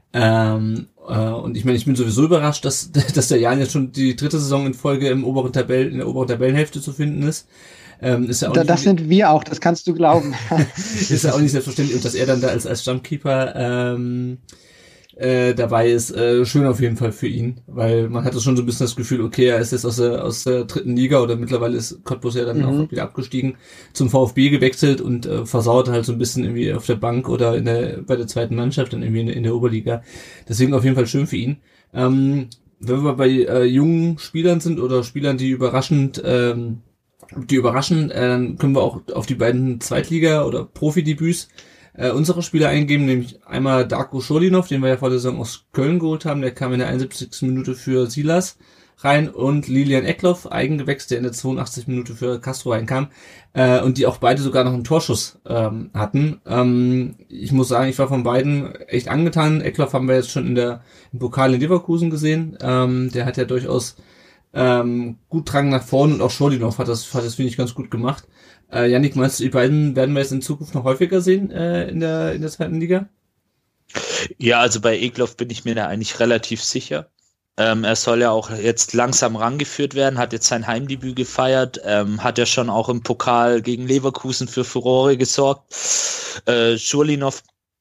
Ähm, äh, und ich meine, ich bin sowieso überrascht, dass, dass der Jan jetzt schon die dritte Saison in Folge im oberen Tabellen, in der oberen Tabellenhälfte zu finden ist. Ähm, ist ja auch da, nicht das sind wir auch, das kannst du glauben. Ist ja auch nicht selbstverständlich. Und dass er dann da als, als Stammkeeper ähm, äh, dabei ist, äh, schön auf jeden Fall für ihn. Weil man hatte schon so ein bisschen das Gefühl, okay, er ist jetzt aus der, aus der dritten Liga oder mittlerweile ist Cottbus ja dann mhm. auch wieder abgestiegen, zum VfB gewechselt und äh, versaut halt so ein bisschen irgendwie auf der Bank oder in der bei der zweiten Mannschaft dann irgendwie in, in der Oberliga. Deswegen auf jeden Fall schön für ihn. Ähm, wenn wir bei äh, jungen Spielern sind oder Spielern, die überraschend ähm, die überraschen, äh, dann können wir auch auf die beiden Zweitliga- oder Profidebüts äh, unsere Spieler eingeben, nämlich einmal Darko Scholinov, den wir ja vor der Saison aus Köln geholt haben, der kam in der einundsiebzigsten Minute für Silas rein, und Lilian Eckloff, Eigengewächs, der in der zweiundachtzigsten Minute für Castro reinkam, äh, und die auch beide sogar noch einen Torschuss ähm, hatten. Ähm, ich muss sagen, ich war von beiden echt angetan. Eckloff haben wir jetzt schon in der im Pokal in Leverkusen gesehen, ähm, der hat ja durchaus Ähm, gut Drang nach vorne, und auch Scholinov hat das, hat das finde ich, ganz gut gemacht. Äh, Yannick, meinst du, die beiden werden wir jetzt in Zukunft noch häufiger sehen äh, in der in der zweiten Liga? Ja, also bei Eckloff bin ich mir da eigentlich relativ sicher. Ähm, er soll ja auch jetzt langsam rangeführt werden, hat jetzt sein Heimdebüt gefeiert, ähm, hat ja schon auch im Pokal gegen Leverkusen für Furore gesorgt. Äh, Scholinov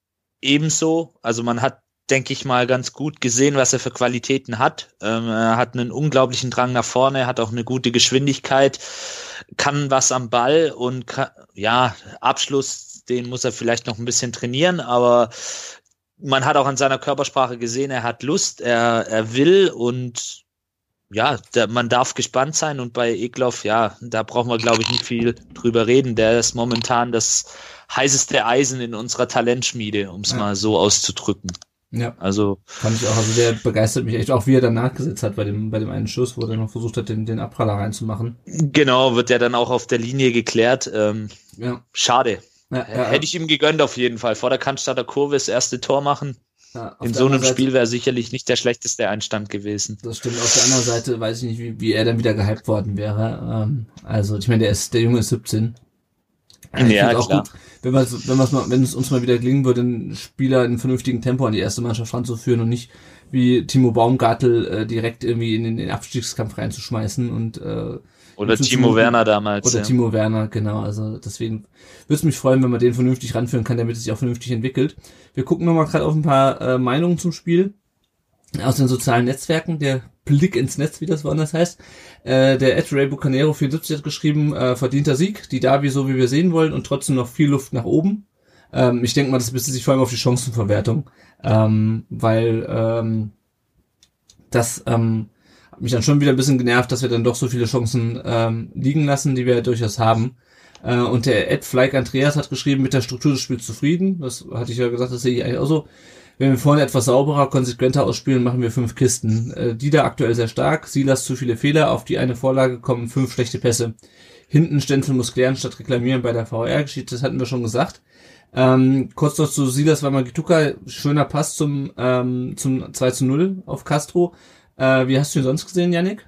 ebenso, also man hat, denke ich mal, ganz gut gesehen, was er für Qualitäten hat. Ähm, er hat einen unglaublichen Drang nach vorne, er hat auch eine gute Geschwindigkeit, kann was am Ball und kann, ja, Abschluss, den muss er vielleicht noch ein bisschen trainieren, aber man hat auch an seiner Körpersprache gesehen, er hat Lust, er, er will, und ja, der, man darf gespannt sein. Und bei Eckloff, ja, da brauchen wir, glaube ich, nicht viel drüber reden. Der ist momentan das heißeste Eisen in unserer Talentschmiede, um es ja. mal so auszudrücken. Ja, also fand ich auch, also der begeistert mich echt, auch wie er dann nachgesetzt hat bei dem bei dem einen Schuss, wo er noch versucht hat, den den Abpraller reinzumachen. Genau, wird ja dann auch auf der Linie geklärt. Ähm, ja. Schade. Ja, ja, Hätte ja. ich ihm gegönnt auf jeden Fall. Vor der Cannstatter Kurve das erste Tor machen. Ja, in so einem Seite, Spiel wäre sicherlich nicht der schlechteste Einstand gewesen. Das stimmt. Auf der anderen Seite weiß ich nicht, wie, wie er dann wieder gehypt worden wäre. Ähm, also ich meine, der ist der Junge ist siebzehn. Ich ja, auch klar. Gut, wenn wir wenn wir's mal, wenn es uns mal wieder gelingen würde, einen Spieler in einem vernünftigen Tempo an die erste Mannschaft ranzuführen und nicht wie Timo Baumgartel äh, direkt irgendwie in den, in den Abstiegskampf reinzuschmeißen und äh, oder Timo Minuten, Werner damals. Oder ja. Timo Werner, genau. Also deswegen würde es mich freuen, wenn man den vernünftig ranführen kann, damit es sich auch vernünftig entwickelt. Wir gucken nochmal gerade auf ein paar äh, Meinungen zum Spiel aus den sozialen Netzwerken. Der Blick ins Netz, wie das woanders heißt. Äh, der Ed Ray Bucanero vierundsiebzig hat geschrieben, äh, verdienter Sieg, die Derby so wie wir sehen wollen und trotzdem noch viel Luft nach oben. Ähm, ich denke mal, das bezieht sich vor allem auf die Chancenverwertung, ähm, weil ähm, das ähm, hat mich dann schon wieder ein bisschen genervt, dass wir dann doch so viele Chancen ähm, liegen lassen, die wir ja durchaus haben. Äh, und der Ed Fleik Andreas hat geschrieben, mit der Struktur des Spiels zufrieden. Das hatte ich ja gesagt, das sehe ich eigentlich auch so. Wenn wir vorne etwas sauberer, konsequenter ausspielen, machen wir fünf Kisten. Äh, die da aktuell sehr stark. Silas zu viele Fehler. Auf die eine Vorlage kommen fünf schlechte Pässe. Hinten Stenzel muss klären statt reklamieren bei der V R-Geschichte. Das hatten wir schon gesagt. Ähm, kurz noch zu Silas Wamangituka. Schöner Pass zum, ähm, zum zwei zu null auf Castro. Äh, wie hast du ihn sonst gesehen, Yannick?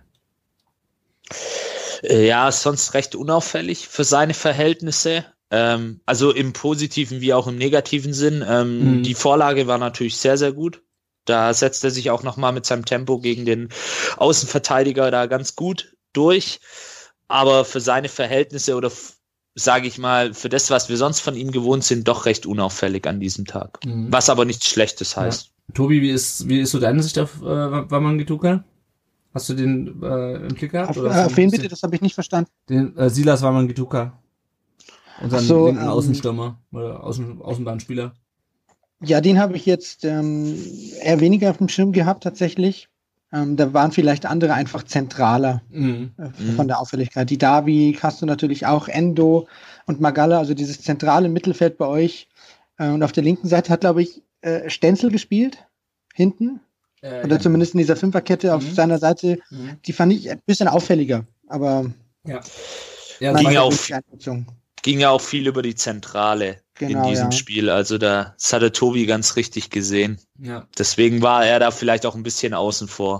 Ja, sonst recht unauffällig für seine Verhältnisse. Ähm, also im positiven wie auch im negativen Sinn. Ähm, mhm. Die Vorlage war natürlich sehr, sehr gut. Da setzt er sich auch nochmal mit seinem Tempo gegen den Außenverteidiger da ganz gut durch. Aber für seine Verhältnisse oder sage ich mal, für das, was wir sonst von ihm gewohnt sind, doch recht unauffällig an diesem Tag. Mhm. Was aber nichts Schlechtes heißt. Ja. Tobi, wie ist, wie ist so deine Sicht auf äh, Wamangituka? Hast du den äh, im Blick gehabt? Auf, oder äh, auf wen bitte? Das habe ich nicht verstanden. Den äh, Silas Wamangituka. Unseren so, linken ähm, Außenstürmer oder Außen, Außenbahnspieler. Ja, den habe ich jetzt ähm, eher weniger auf dem Schirm gehabt tatsächlich. Ähm, da waren vielleicht andere einfach zentraler mhm. äh, von der Auffälligkeit. Die Derby hast du natürlich auch, Endo und Magalla, also dieses zentrale Mittelfeld bei euch. Äh, und auf der linken Seite hat, glaube ich, äh, Stenzel gespielt, hinten. Äh, Oder ja. zumindest in dieser Fünferkette auf mhm. seiner Seite. Mhm. Die fand ich ein bisschen auffälliger, aber ja. Ja, ging ja auch Ging ja auch viel über die Zentrale genau, in diesem ja. Spiel. Also da, das hat der Tobi ganz richtig gesehen. Ja. Deswegen war er da vielleicht auch ein bisschen außen vor.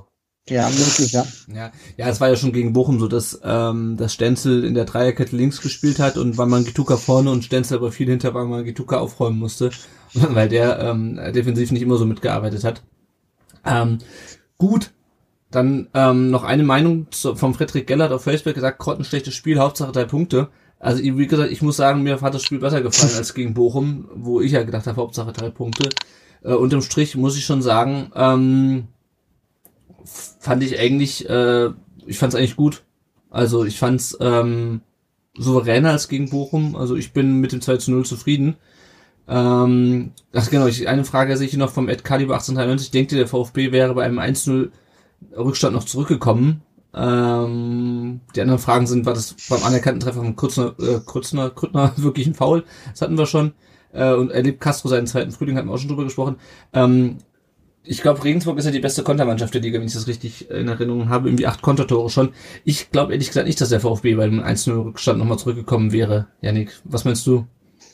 Ja, möglich, ja. Ja, ja, es war ja schon gegen Bochum so, dass, ähm, dass Stenzel in der Dreierkette links gespielt hat und weil Mangituka vorne und Stenzel aber viel hinter, weil Mangituka aufräumen musste, weil der ähm, defensiv nicht immer so mitgearbeitet hat. Ähm, gut, dann ähm, noch eine Meinung zu, vom Friedrich Gellert auf Facebook gesagt, grottenschlechtes Spiel, Hauptsache drei Punkte. Also wie gesagt, ich muss sagen, mir hat das Spiel besser gefallen als gegen Bochum, wo ich ja gedacht habe, Hauptsache drei Punkte. Äh, unterm Strich muss ich schon sagen, ähm, fand ich eigentlich, äh, ich fand es eigentlich gut. Also ich fand es ähm, souveräner als gegen Bochum. Also ich bin mit dem zwei zu null zufrieden. Ähm, ach genau, ich, eine Frage sehe ich noch vom Ed Caliber achtzehnhundertdreiundneunzig. Denkt ihr, der VfB wäre bei einem eins zu null Rückstand noch zurückgekommen? Ähm, die anderen Fragen sind, war das beim anerkannten Treffer von Krützner, äh, Krützner, Krüttner wirklich ein Foul? Das hatten wir schon. Äh, und erlebt Castro seinen zweiten Frühling, hatten wir auch schon drüber gesprochen. Ähm, Ich glaube, Regensburg ist ja die beste Kontermannschaft der Liga, wenn ich das richtig in Erinnerung habe. Irgendwie acht Kontertore schon. Ich glaube ehrlich gesagt nicht, dass der VfB bei dem eins zu null Rückstand nochmal zurückgekommen wäre. Yannick, was meinst du?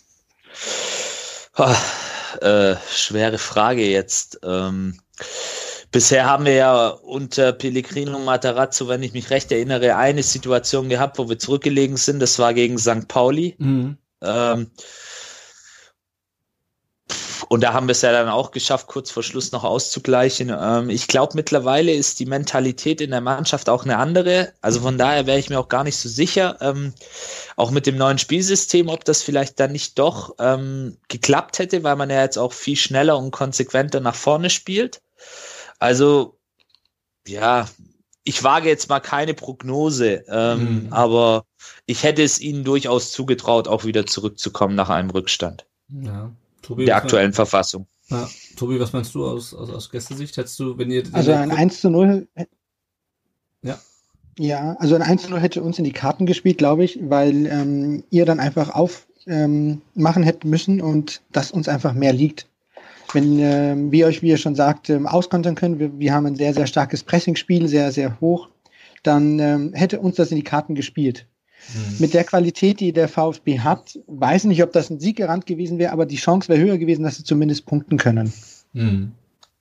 Oh, äh, schwere Frage jetzt. Ähm, bisher haben wir ja unter Pellegrino Matarazzo, wenn ich mich recht erinnere, eine Situation gehabt, wo wir zurückgelegen sind. Das war gegen Sankt Pauli. Mhm. Ähm, Und da haben wir es ja dann auch geschafft, kurz vor Schluss noch auszugleichen. Ähm, ich glaube, mittlerweile ist die Mentalität in der Mannschaft auch eine andere. Also von daher wäre ich mir auch gar nicht so sicher, ähm, auch mit dem neuen Spielsystem, ob das vielleicht dann nicht doch ähm, geklappt hätte, weil man ja jetzt auch viel schneller und konsequenter nach vorne spielt. Also, ja, ich wage jetzt mal keine Prognose, ähm, mhm. aber ich hätte es ihnen durchaus zugetraut, auch wieder zurückzukommen nach einem Rückstand. Ja. Tobi, der aktuellen meinst, Verfassung. Ja, Tobi, was meinst du aus, aus, aus Gästesicht? Hättest du, wenn ihr also ein eins zu null Ja. Ja, also ein eins zu null hätte uns in die Karten gespielt, glaube ich, weil ähm, ihr dann einfach aufmachen ähm, hätten müssen und das uns einfach mehr liegt. Wenn ähm, wir euch, wie ihr schon sagt, ähm, auskontern können, wir, wir haben ein sehr, sehr starkes Pressingspiel, sehr, sehr hoch, dann ähm, hätte uns das in die Karten gespielt. Mhm. Mit der Qualität, die der VfB hat, weiß nicht, ob das ein Sieggarant gewesen wäre, aber die Chance wäre höher gewesen, dass sie zumindest punkten können. Mhm.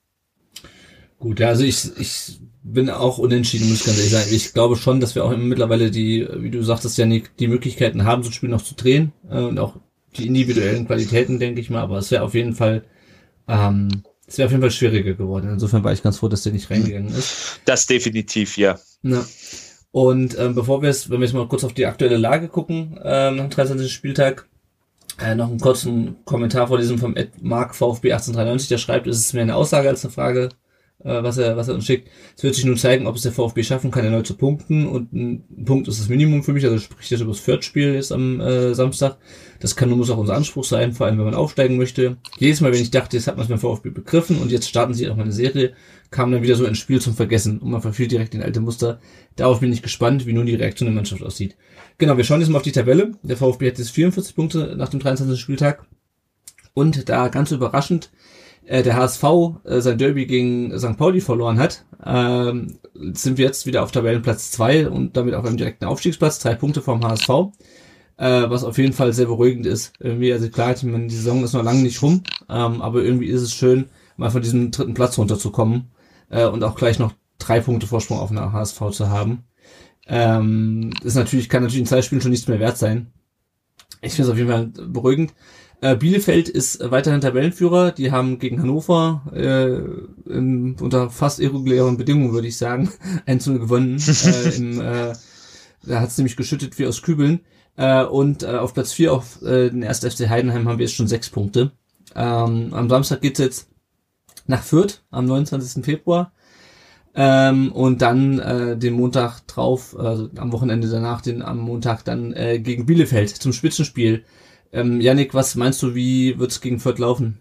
Gut, ja, also ich, ich bin auch unentschieden, muss ich ganz ehrlich sagen. Ich glaube schon, dass wir auch mittlerweile die, wie du sagtest, ja, die Möglichkeiten haben, so ein Spiel noch zu drehen äh, und auch die individuellen Qualitäten, denke ich mal, aber es wäre auf jeden Fall ähm, es wäre auf jeden Fall schwieriger geworden. Insofern war ich ganz froh, dass der nicht reingegangen ist. Das definitiv, ja. Na. Und ähm, bevor wir es, wenn wir jetzt mal kurz auf die aktuelle Lage gucken, ähm, nach dem dreiundzwanzigsten Spieltag, äh, noch einen kurzen Kommentar vor diesem vom Ed Mark VfB achtzehnhundertdreiundneunzig, der schreibt, es ist mehr eine Aussage als eine Frage, äh, was er was er uns schickt. Es wird sich nun zeigen, ob es der VfB schaffen kann, erneut zu punkten, und ein Punkt ist das Minimum für mich, also spricht jetzt über das Fürth-Spiel jetzt am äh, Samstag. Das kann und muss auch unser Anspruch sein, vor allem wenn man aufsteigen möchte. Jedes Mal, wenn ich dachte, jetzt hat man es beim VfB begriffen und jetzt starten sie auch mal eine Serie, kam dann wieder so ein Spiel zum Vergessen und man verfiel direkt in alte Muster. Darauf bin ich gespannt, wie nun die Reaktion der Mannschaft aussieht. Genau, wir schauen jetzt mal auf die Tabelle. Der VfB hat jetzt vierundvierzig Punkte nach dem dreiundzwanzigsten Spieltag und da ganz überraschend äh, der H S V äh, sein Derby gegen Sankt Pauli verloren hat, ähm, sind wir jetzt wieder auf Tabellenplatz zwei und damit auch im direkten Aufstiegsplatz, drei Punkte vom H S V. Äh, was auf jeden Fall sehr beruhigend ist. Irgendwie, also klar, ich meine, die Saison ist noch lange nicht rum, ähm, aber irgendwie ist es schön, mal von diesem dritten Platz runterzukommen äh, und auch gleich noch drei Punkte Vorsprung auf eine H S V zu haben. Ähm, ist natürlich, kann natürlich in zwei Spielen schon nichts mehr wert sein. Ich finde es auf jeden Fall beruhigend. Äh, Bielefeld ist weiterhin Tabellenführer. Die haben gegen Hannover äh, in, unter fast irregulären Bedingungen, würde ich sagen, eins zu null gewonnen. äh, im, äh, da hat es nämlich geschüttet wie aus Kübeln. Äh, und äh, auf Platz vier auf äh, den ersten F C Heidenheim haben wir jetzt schon sechs Punkte. Ähm, am Samstag geht's jetzt nach Fürth am neunundzwanzigsten Februar. Ähm, und dann äh, den Montag drauf, also am Wochenende danach, den am Montag dann äh, gegen Bielefeld zum Spitzenspiel. Ähm, Yannick, was meinst du, wie wird's gegen Fürth laufen?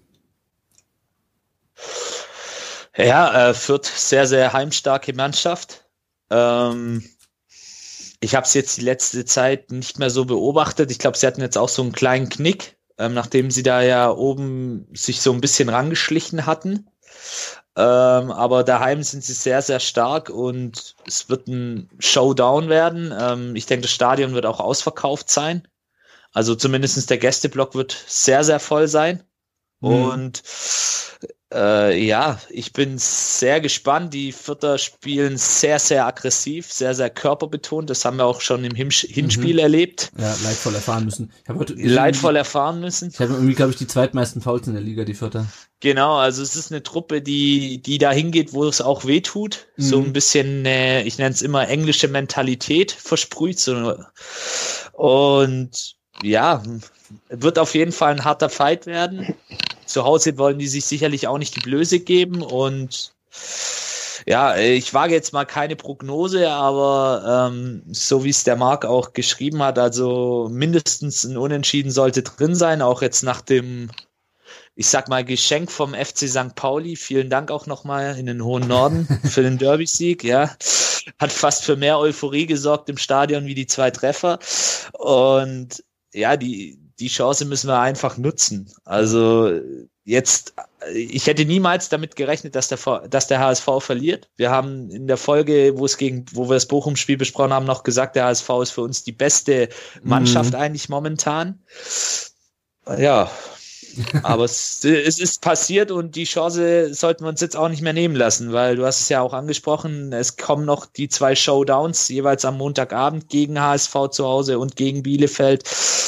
Ja, äh, Fürth sehr, sehr heimstarke Mannschaft. Ähm, ich habe es jetzt die letzte Zeit nicht mehr so beobachtet. Ich glaube, sie hatten jetzt auch so einen kleinen Knick, ähm, nachdem sie da ja oben sich so ein bisschen rangeschlichen hatten. Ähm, aber daheim sind sie sehr, sehr stark und es wird ein Showdown werden. Ähm, ich denke, das Stadion wird auch ausverkauft sein. Also zumindest der Gästeblock wird sehr, sehr voll sein. Mhm. Und Äh, ja, ich bin sehr gespannt. Die Fürther spielen sehr, sehr aggressiv, sehr, sehr körperbetont. Das haben wir auch schon im Hinspiel mhm. erlebt. Ja, leidvoll erfahren müssen. Ich hab heute leidvoll erfahren müssen. Ich habe irgendwie, glaube ich, die zweitmeisten Fouls in der Liga, die Fürther. Genau, also es ist eine Truppe, die die da hingeht, wo es auch weh tut. Mhm. So ein bisschen, äh, ich nenne es immer englische Mentalität versprüht. So. Und ja, wird auf jeden Fall ein harter Fight werden. Zu Hause wollen die sich sicherlich auch nicht die Blöße geben und ja, ich wage jetzt mal keine Prognose, aber ähm, so wie es der Marc auch geschrieben hat, also mindestens ein Unentschieden sollte drin sein, auch jetzt nach dem, ich sag mal, Geschenk vom F C Sankt Pauli. Vielen Dank auch nochmal in den hohen Norden für den Derby-Sieg, ja. Hat fast für mehr Euphorie gesorgt im Stadion wie die zwei Treffer und ja, die Die Chance müssen wir einfach nutzen. Also jetzt, ich hätte niemals damit gerechnet, dass der, dass der H S V verliert. Wir haben in der Folge, wo es gegen, wo wir das Bochum-Spiel besprochen haben, noch gesagt, der H S V ist für uns die beste Mannschaft mhm. eigentlich momentan. Ja, aber es, es ist passiert und die Chance sollten wir uns jetzt auch nicht mehr nehmen lassen, weil du hast es ja auch angesprochen, es kommen noch die zwei Showdowns, jeweils am Montagabend gegen H S V zu Hause und gegen Bielefeld.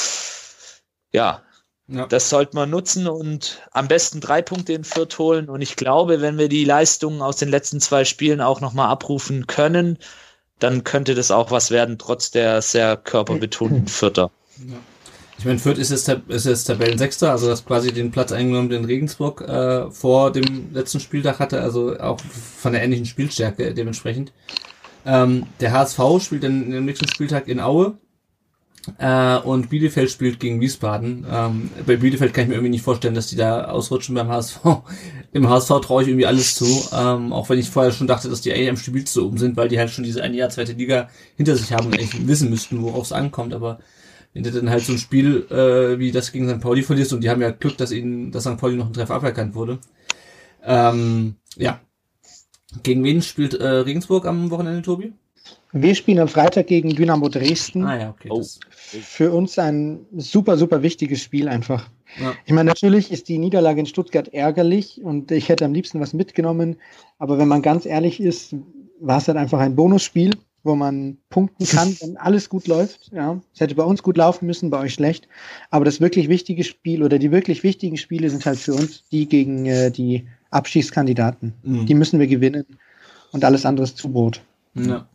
Ja, ja, das sollte man nutzen und am besten drei Punkte in Fürth holen. Und ich glaube, wenn wir die Leistungen aus den letzten zwei Spielen auch nochmal abrufen können, dann könnte das auch was werden, trotz der sehr körperbetonten Fürther. Ja. Ich meine, Fürth ist jetzt, ist jetzt Tabellensechster, also das quasi den Platz eingenommen, den Regensburg äh, vor dem letzten Spieltag hatte, also auch von der ähnlichen Spielstärke dementsprechend. Ähm, der H S V spielt dann den nächsten Spieltag in Aue. Äh, und Bielefeld spielt gegen Wiesbaden. Ähm, bei Bielefeld kann ich mir irgendwie nicht vorstellen, dass die da ausrutschen beim H S V. Im H S V traue ich irgendwie alles zu, ähm, auch wenn ich vorher schon dachte, dass die eigentlich am stabilsten oben sind, weil die halt schon diese ein Jahr zweite Liga hinter sich haben und eigentlich wissen müssten, worauf es ankommt. Aber wenn du dann halt so ein Spiel äh, wie das gegen Sankt Pauli verlierst, und die haben ja Glück, dass ihnen, dass Sankt Pauli noch ein Treffer aberkannt wurde. Ähm, ja. Gegen wen spielt äh, Regensburg am Wochenende, Tobi? Wir spielen am Freitag gegen Dynamo Dresden. Ah ja, okay. Oh. Für uns ein super, super wichtiges Spiel einfach. Ja. Ich meine, natürlich ist die Niederlage in Stuttgart ärgerlich und ich hätte am liebsten was mitgenommen, aber wenn man ganz ehrlich ist, war es halt einfach ein Bonusspiel, wo man punkten kann, wenn alles gut läuft. Ja, es hätte bei uns gut laufen müssen, bei euch schlecht. Aber das wirklich wichtige Spiel oder die wirklich wichtigen Spiele sind halt für uns die gegen äh, die Abschießkandidaten. Mhm. Die müssen wir gewinnen und alles andere ist Zubrot. Ja.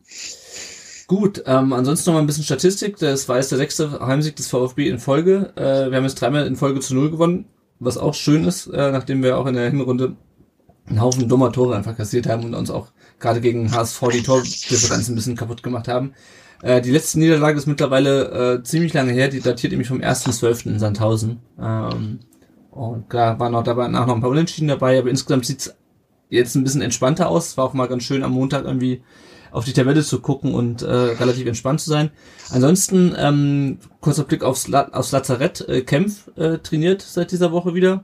Gut, ähm, ansonsten noch mal ein bisschen Statistik. Das war jetzt der sechste Heimsieg des VfB in Folge. Äh, wir haben jetzt dreimal in Folge zu null gewonnen, was auch schön ist, äh, nachdem wir auch in der Hinrunde einen Haufen dummer Tore einfach kassiert haben und uns auch gerade gegen H S V die Tordifferenz ein bisschen kaputt gemacht haben. Äh, die letzte Niederlage ist mittlerweile äh, ziemlich lange her, die datiert nämlich vom ersten zwölften in Sandhausen. Ähm, und da waren auch dabei nach noch ein paar Unentschieden dabei, aber insgesamt sieht's jetzt ein bisschen entspannter aus. War auch mal ganz schön am Montag irgendwie auf die Tabelle zu gucken und äh, relativ entspannt zu sein. Ansonsten, ähm, kurzer Blick aufs, La- aufs Lazarett. Äh, Kempf äh, trainiert seit dieser Woche wieder.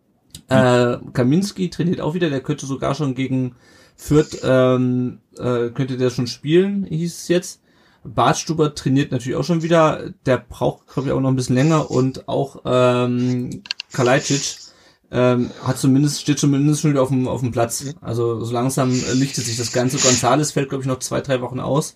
Äh, Kaminski trainiert auch wieder. Der könnte sogar schon gegen Fürth, ähm, äh, könnte der schon spielen, hieß es jetzt. Bartstuber trainiert natürlich auch schon wieder. Der braucht, glaube ich, auch noch ein bisschen länger. Und auch ähm, Kalajdzic Ähm, hat zumindest, steht zumindest schon wieder auf dem, auf dem Platz. Also so langsam äh, lichtet sich das Ganze. Gonzales fällt, glaube ich, noch zwei, drei Wochen aus.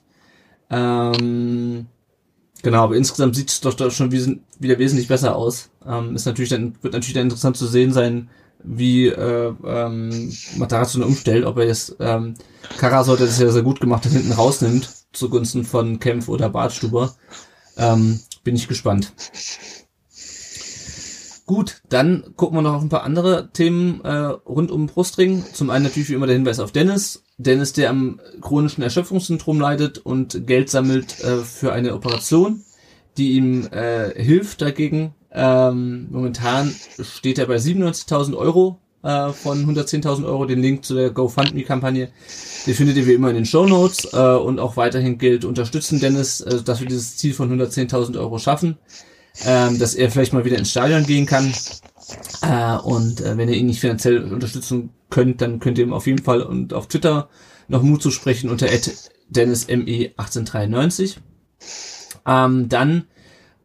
Ähm, genau, aber insgesamt sieht es doch, doch schon wie, wieder wesentlich besser aus. Ähm, ist natürlich dann, wird natürlich dann interessant zu sehen sein, wie äh, ähm, Matarazzo dann umstellt, ob er jetzt ähm, Karasor, der das ja sehr gut gemacht hat, hinten rausnimmt, zugunsten von Kempf oder Bartstuber. Ähm, bin ich gespannt. Gut, dann gucken wir noch auf ein paar andere Themen äh, rund um den Brustring. Zum einen natürlich wie immer der Hinweis auf Dennis. Dennis, der am chronischen Erschöpfungssyndrom leidet und Geld sammelt äh, für eine Operation, die ihm äh, hilft dagegen. Ähm, momentan steht er bei siebenundneunzigtausend Euro äh, von hundertzehntausend Euro. Den Link zu der GoFundMe-Kampagne, den findet ihr wie immer in den Shownotes. Äh, und auch weiterhin gilt, unterstützen Dennis, äh, dass wir dieses Ziel von hundertzehntausend Euro schaffen. Ähm, dass er vielleicht mal wieder ins Stadion gehen kann. Äh, und äh, wenn ihr ihn nicht finanziell unterstützen könnt, dann könnt ihr ihm auf jeden Fall und auf Twitter noch Mut zu sprechen unter at dennisme achtzehn dreiundneunzig. Ähm, dann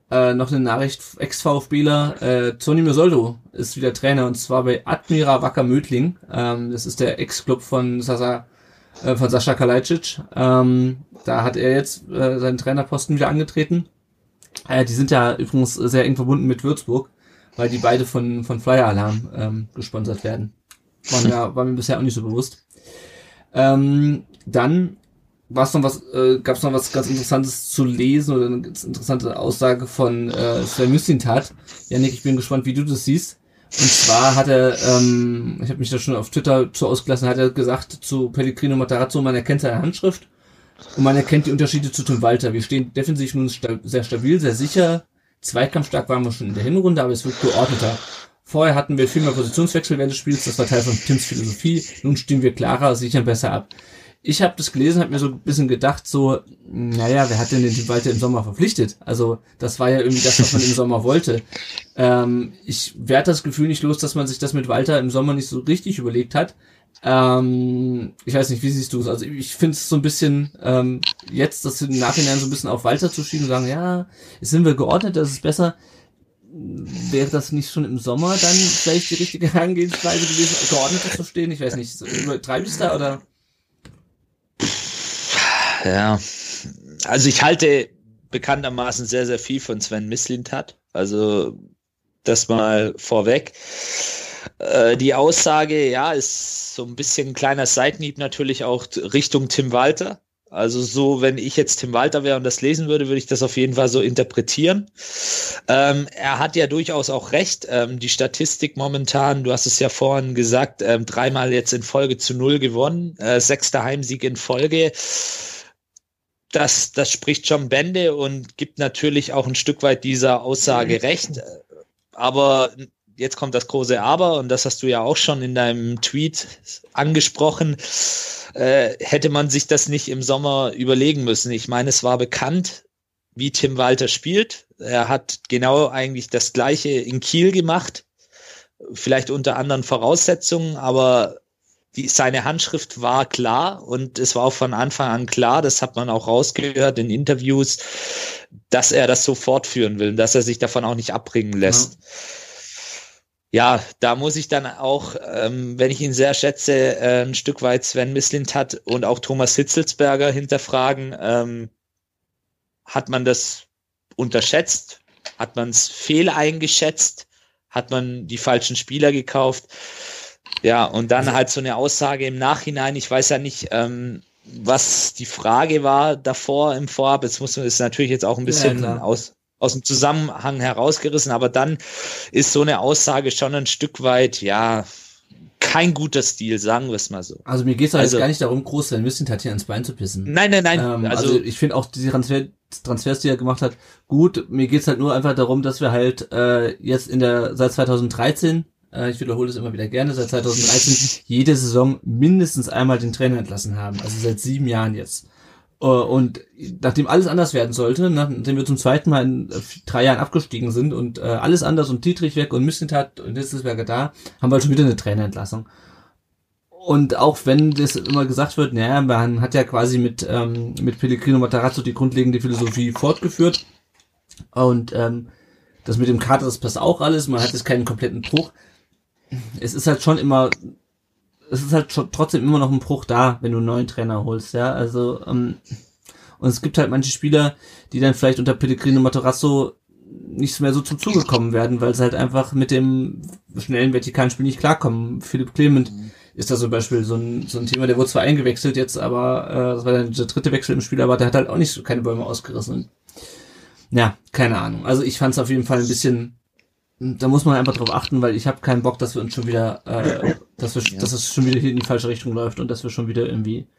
Äh, noch eine Nachricht, Ex-VfBler, äh, Toni Mosoldo ist wieder Trainer und zwar bei Admira Wacker Mödling. Ähm, das ist der Ex-Club von Sasa, äh, von Sascha Kalajdzic. Ähm, da hat er jetzt äh, seinen Trainerposten wieder angetreten. Äh, die sind ja übrigens sehr eng verbunden mit Würzburg, weil die beide von von Flyer Alarm ähm, gesponsert werden. War mir, war mir bisher auch nicht so bewusst. Ähm, dann Was noch was, äh, gab es noch was ganz Interessantes zu lesen oder eine ganz interessante Aussage von äh, Sven Mislintat. Janik, ich bin gespannt, wie du das siehst. Und zwar hat er, ähm, ich habe mich da schon auf Twitter zu ausgelassen, hat er gesagt zu Pellegrino Matarazzo, man erkennt seine Handschrift und man erkennt die Unterschiede zu Tim Walter. Wir stehen defensiv nun sta- sehr stabil, sehr sicher. Zweikampfstark waren wir schon in der Hinrunde, aber es wird geordneter. Vorher hatten wir viel mehr Positionswechsel während des Spiels, das war Teil von Tims Philosophie. Nun stehen wir klarer, sichern besser ab. Ich habe das gelesen, habe mir so ein bisschen gedacht, so, naja, wer hat denn den Tim Walter im Sommer verpflichtet? Also das war ja irgendwie das, was man im Sommer wollte. Ähm, ich werde das Gefühl nicht los, dass man sich das mit Walter im Sommer nicht so richtig überlegt hat. Ähm, ich weiß nicht, wie siehst du es? Also ich finde es so ein bisschen, ähm, jetzt das im Nachhinein so ein bisschen auf Walter zu schieben und sagen, ja, jetzt sind wir geordnet, das ist besser. Wäre das nicht schon im Sommer dann vielleicht die richtige Herangehensweise gewesen, geordneter zu stehen? Ich weiß nicht, übertreibe ich es da oder... Ja, also ich halte bekanntermaßen sehr, sehr viel von Sven Mislintat. Also das mal vorweg. Äh, die Aussage, ja, ist so ein bisschen ein kleiner Seitenhieb natürlich auch Richtung Tim Walter. Also so, wenn ich jetzt Tim Walter wäre und das lesen würde, würde ich das auf jeden Fall so interpretieren. Ähm, er hat ja durchaus auch recht. Ähm, die Statistik momentan, du hast es ja vorhin gesagt, ähm, dreimal jetzt in Folge zu null gewonnen, äh, sechster Heimsieg in Folge. Das, das spricht schon Bände und gibt natürlich auch ein Stück weit dieser Aussage recht. Aber jetzt kommt das große Aber, und das hast du ja auch schon in deinem Tweet angesprochen. Äh, hätte man sich das nicht im Sommer überlegen müssen. Ich meine, es war bekannt, wie Tim Walter spielt. Er hat genau eigentlich das Gleiche in Kiel gemacht, vielleicht unter anderen Voraussetzungen, aber die, seine Handschrift war klar und es war auch von Anfang an klar, das hat man auch rausgehört in Interviews, dass er das so fortführen will und dass er sich davon auch nicht abbringen lässt. Ja, ja, da muss ich dann auch, ähm, wenn ich ihn sehr schätze, äh, ein Stück weit Sven Mislintat und auch Thomas Hitzelsberger hinterfragen. Ähm, hat man das unterschätzt? Hat man es fehl eingeschätzt? Hat man die falschen Spieler gekauft? Ja, und dann halt so eine Aussage im Nachhinein. Ich weiß ja nicht, ähm, was die Frage war davor im Vorab. Jetzt muss man es natürlich jetzt auch ein bisschen ja, aus, aus dem Zusammenhang herausgerissen, aber dann ist so eine Aussage schon ein Stück weit, ja, kein guter Stil, sagen wir es mal so. Also mir geht es also, jetzt gar nicht darum, groß sein Mist halt hier ins Bein zu pissen. Nein, nein, nein. Ähm, also, also ich finde auch diese Transfer, Transfers, die er gemacht hat, gut. Mir geht es halt nur einfach darum, dass wir halt äh, jetzt in der seit zweitausenddreizehn, äh, ich wiederhole es immer wieder gerne, seit zweitausenddreizehn jede Saison mindestens einmal den Trainer entlassen haben. Also seit sieben Jahren jetzt. Und nachdem alles anders werden sollte, nachdem wir zum zweiten Mal in drei Jahren abgestiegen sind und äh, alles anders und Dietrich weg und Mislintat und Hitzelsberger da, haben wir halt schon wieder eine Trainerentlassung. Und auch wenn das immer gesagt wird, naja, man hat ja quasi mit ähm, mit Pellegrino Matarazzo die grundlegende Philosophie fortgeführt und ähm, das mit dem Kader, das passt auch alles, man hat jetzt keinen kompletten Bruch. Es ist halt schon immer es ist halt schon trotzdem immer noch ein Bruch da, wenn du einen neuen Trainer holst, ja, also ähm, und es gibt halt manche Spieler, die dann vielleicht unter Pellegrino Matarazzo nicht mehr so zum Zuge kommen werden, weil sie halt einfach mit dem schnellen vertikalen Spiel nicht klarkommen. Philipp Clement mhm. ist da zum Beispiel so ein so ein Thema, der wurde zwar eingewechselt jetzt, aber äh, das war dann der dritte Wechsel im Spiel, aber der hat halt auch nicht so keine Bäume ausgerissen. Ja, keine Ahnung. Also ich fand es auf jeden Fall ein bisschen, da muss man einfach drauf achten, weil ich habe keinen Bock, dass wir uns schon wieder, äh, dass wir, ja. dass es schon wieder hier in die falsche Richtung läuft und dass wir schon wieder irgendwie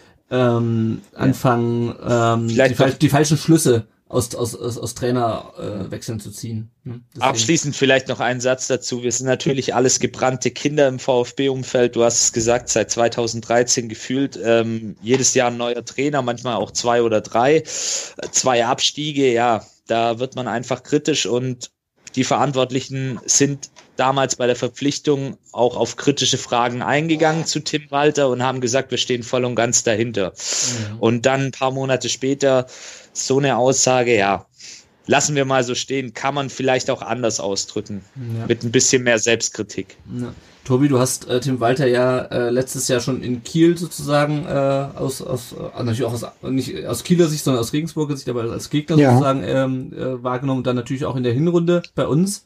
ähm, anfangen, ähm, die, die falschen Schlüsse aus aus aus, aus Trainerwechseln äh, zu ziehen. Hm? Abschließend vielleicht noch einen Satz dazu. Wir sind natürlich alles gebrannte Kinder im VfB-Umfeld. Du hast es gesagt, seit zweitausenddreizehn gefühlt ähm, jedes Jahr ein neuer Trainer, manchmal auch zwei oder drei, zwei Abstiege. Ja, da wird man einfach kritisch und die Verantwortlichen sind damals bei der Verpflichtung auch auf kritische Fragen eingegangen zu Tim Walter und haben gesagt, wir stehen voll und ganz dahinter. Mhm. Und dann ein paar Monate später so eine Aussage, ja, lassen wir mal so stehen, kann man vielleicht auch anders ausdrücken, ja. Mit ein bisschen mehr Selbstkritik. Ja. Tobi, du hast äh, Tim Walter ja äh, letztes Jahr schon in Kiel sozusagen äh, aus, aus äh, natürlich auch aus, nicht aus Kieler Sicht, sondern aus Regensburger Sicht, aber als Gegner ja. sozusagen ähm, äh, wahrgenommen und dann natürlich auch in der Hinrunde bei uns.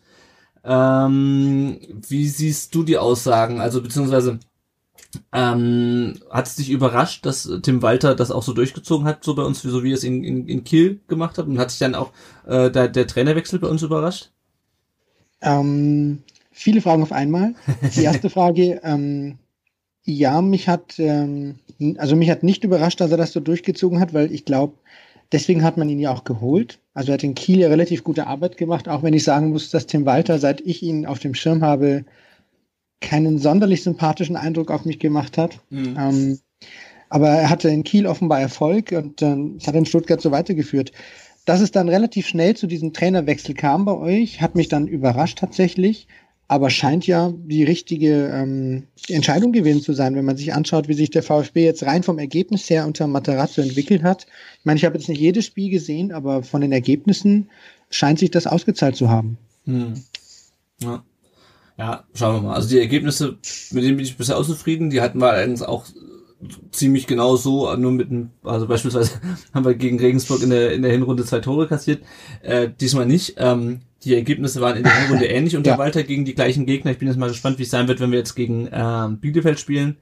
Ähm, wie siehst du die Aussagen? Also beziehungsweise ähm, hat es dich überrascht, dass Tim Walter das auch so durchgezogen hat, so bei uns, so wie er es in, in, in Kiel gemacht hat? Und hat sich dann auch äh, der, der Trainerwechsel bei uns überrascht? Ähm, viele Fragen auf einmal. Die erste Frage, ähm, ja, mich hat, ähm, also mich hat nicht überrascht, dass er das so durchgezogen hat, weil ich glaube, deswegen hat man ihn ja auch geholt. Also er hat in Kiel ja relativ gute Arbeit gemacht, auch wenn ich sagen muss, dass Tim Walter, seit ich ihn auf dem Schirm habe, keinen sonderlich sympathischen Eindruck auf mich gemacht hat. Mhm. Ähm, aber er hatte in Kiel offenbar Erfolg und ähm, es hat in Stuttgart so weitergeführt. Dass es dann relativ schnell zu diesem Trainerwechsel kam bei euch, hat mich dann überrascht tatsächlich, aber scheint ja die richtige ähm, Entscheidung gewesen zu sein, wenn man sich anschaut, wie sich der VfB jetzt rein vom Ergebnis her unter Materazzo entwickelt hat. Ich meine, ich habe jetzt nicht jedes Spiel gesehen, aber von den Ergebnissen scheint sich das ausgezahlt zu haben. Mhm. Ja. Ja, schauen wir mal. Also die Ergebnisse, mit denen bin ich bisher auch zufrieden. Die hatten wir allerdings auch ziemlich genau so, nur mit einem, also beispielsweise haben wir gegen Regensburg in der in der Hinrunde zwei Tore kassiert. Äh, diesmal nicht. Ähm, die Ergebnisse waren in der Hinrunde ähnlich unter ja. Walter gegen die gleichen Gegner. Ich bin jetzt mal gespannt, wie es sein wird, wenn wir jetzt gegen ähm, Bielefeld spielen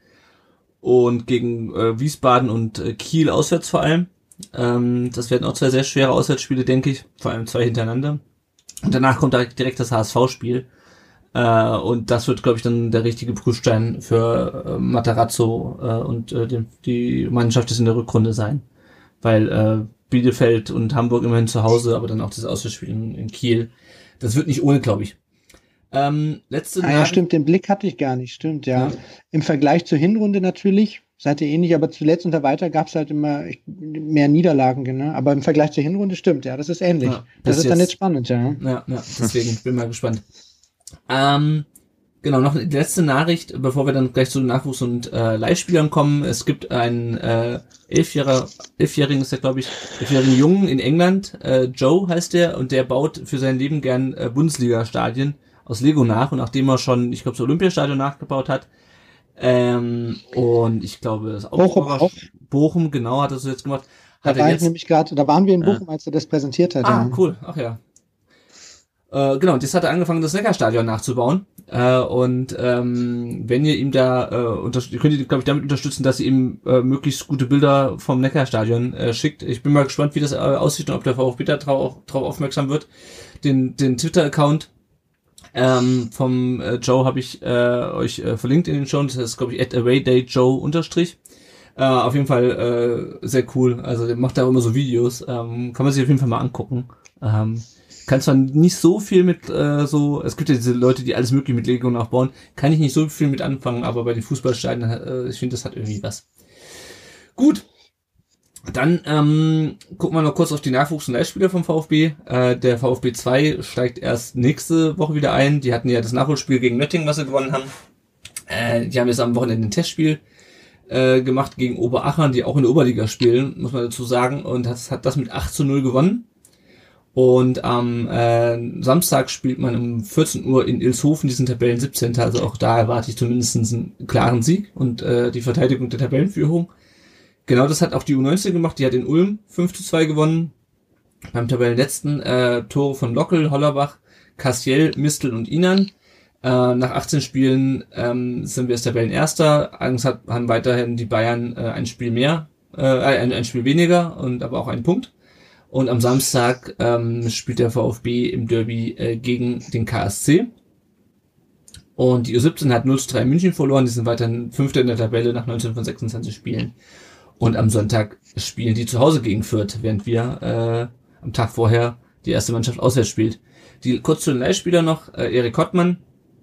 und gegen äh, Wiesbaden und äh, Kiel auswärts vor allem. Ähm, das werden auch zwei sehr schwere Auswärtsspiele, denke ich. Vor allem zwei hintereinander. Und danach kommt direkt das H S V-Spiel. Uh, und das wird, glaube ich, dann der richtige Prüfstein für äh, Materazzo äh, und äh, die, die Mannschaft ist in der Rückrunde sein. Weil äh, Bielefeld und Hamburg immerhin zu Hause, aber dann auch das Auswärtsspiel in, in Kiel. Das wird nicht ohne, glaube ich. Ähm, letzte ah, ja, stimmt, den Blick hatte ich gar nicht, stimmt, ja. ja. Im Vergleich zur Hinrunde natürlich, seid ihr ähnlich, aber zuletzt unter Walter gab es halt immer mehr Niederlagen, ne? Aber im Vergleich zur Hinrunde stimmt, ja, das ist ähnlich. Ja, das, das ist jetzt, dann jetzt spannend, ja. Ja, ja, deswegen, ich bin mal gespannt. Ähm, genau, noch die letzte Nachricht, bevor wir dann gleich zu den Nachwuchs- und äh, Leihspielern kommen. Es gibt einen äh, elfjähriger, elfjährigen ist der, glaube ich, elfjährigen Jungen in England, äh, Joe heißt der, und der baut für sein Leben gern äh, Bundesliga-Stadien aus Lego nach, und nachdem er schon, ich glaube, das Olympiastadion nachgebaut hat, ähm, und ich glaube, das Bochum auch. Bochum, genau, hat er so jetzt gemacht. Da Hat war er ich jetzt, nämlich gerade, da waren wir in Bochum, äh, als er das präsentiert hat. Ah, ja. cool, ach ja. Äh, genau, und jetzt hat er angefangen, das Neckarstadion nachzubauen. Äh, und ähm, wenn ihr ihm da äh, unterstützt, könnt ihr, glaube ich, damit unterstützen, dass ihr ihm äh, möglichst gute Bilder vom Neckarstadion äh, schickt. Ich bin mal gespannt, wie das äh, aussieht und ob der VfB da drauf, drauf aufmerksam wird. Den, den Twitter-Account ähm, vom äh, Joe habe ich äh, euch äh, verlinkt in den Shows. Das ist, glaube ich, at awaydayjoe unterstrich. Äh, auf jeden Fall äh, sehr cool. Also der macht da immer so Videos. Ähm, kann man sich auf jeden Fall mal angucken. Ähm, kann zwar nicht so viel mit äh, so, es gibt ja diese Leute, die alles mögliche mit Lego nachbauen, kann ich nicht so viel mit anfangen, aber bei den Fußballstadien, äh, ich finde, das hat irgendwie was. Gut, dann ähm, gucken wir noch kurz auf die Nachwuchs- und Leihspieler vom VfB. Äh, der VfB zwei steigt erst nächste Woche wieder ein. Die hatten ja das Nachholspiel gegen Nöttingen, was sie gewonnen haben. Äh, die haben jetzt am Wochenende ein Testspiel äh, gemacht gegen Oberachern, die auch in der Oberliga spielen, muss man dazu sagen, und hat, hat das mit acht zu null gewonnen. Und am äh, Samstag spielt man um vierzehn Uhr in Ilshofen, die sind Tabellen siebzehnten Also auch da erwarte ich zumindest einen klaren Sieg und äh, die Verteidigung der Tabellenführung. Genau das hat auch die U neunzehn gemacht, die hat in Ulm fünf zu zwei gewonnen. Beim Tabellenletzten äh, Tore von Lockel, Hollerbach, Cassiel, Mistel und Inan. Äh, nach achtzehn Spielen ähm, sind wir als Tabellenerster. Allerdings hat, haben weiterhin die Bayern äh, ein Spiel mehr, äh, ein, ein Spiel weniger und aber auch einen Punkt. Und am Samstag ähm, spielt der VfB im Derby äh, gegen den K S C. Und die U siebzehn hat null zu drei München verloren. Die sind weiterhin Fünfter in der Tabelle nach neunzehn von sechsundzwanzig Spielen. Und am Sonntag spielen die zu Hause gegen Fürth, während wir äh, am Tag vorher die erste Mannschaft auswärts spielt. Die kurz zu den Leihspielern noch, äh, Erik Kottmann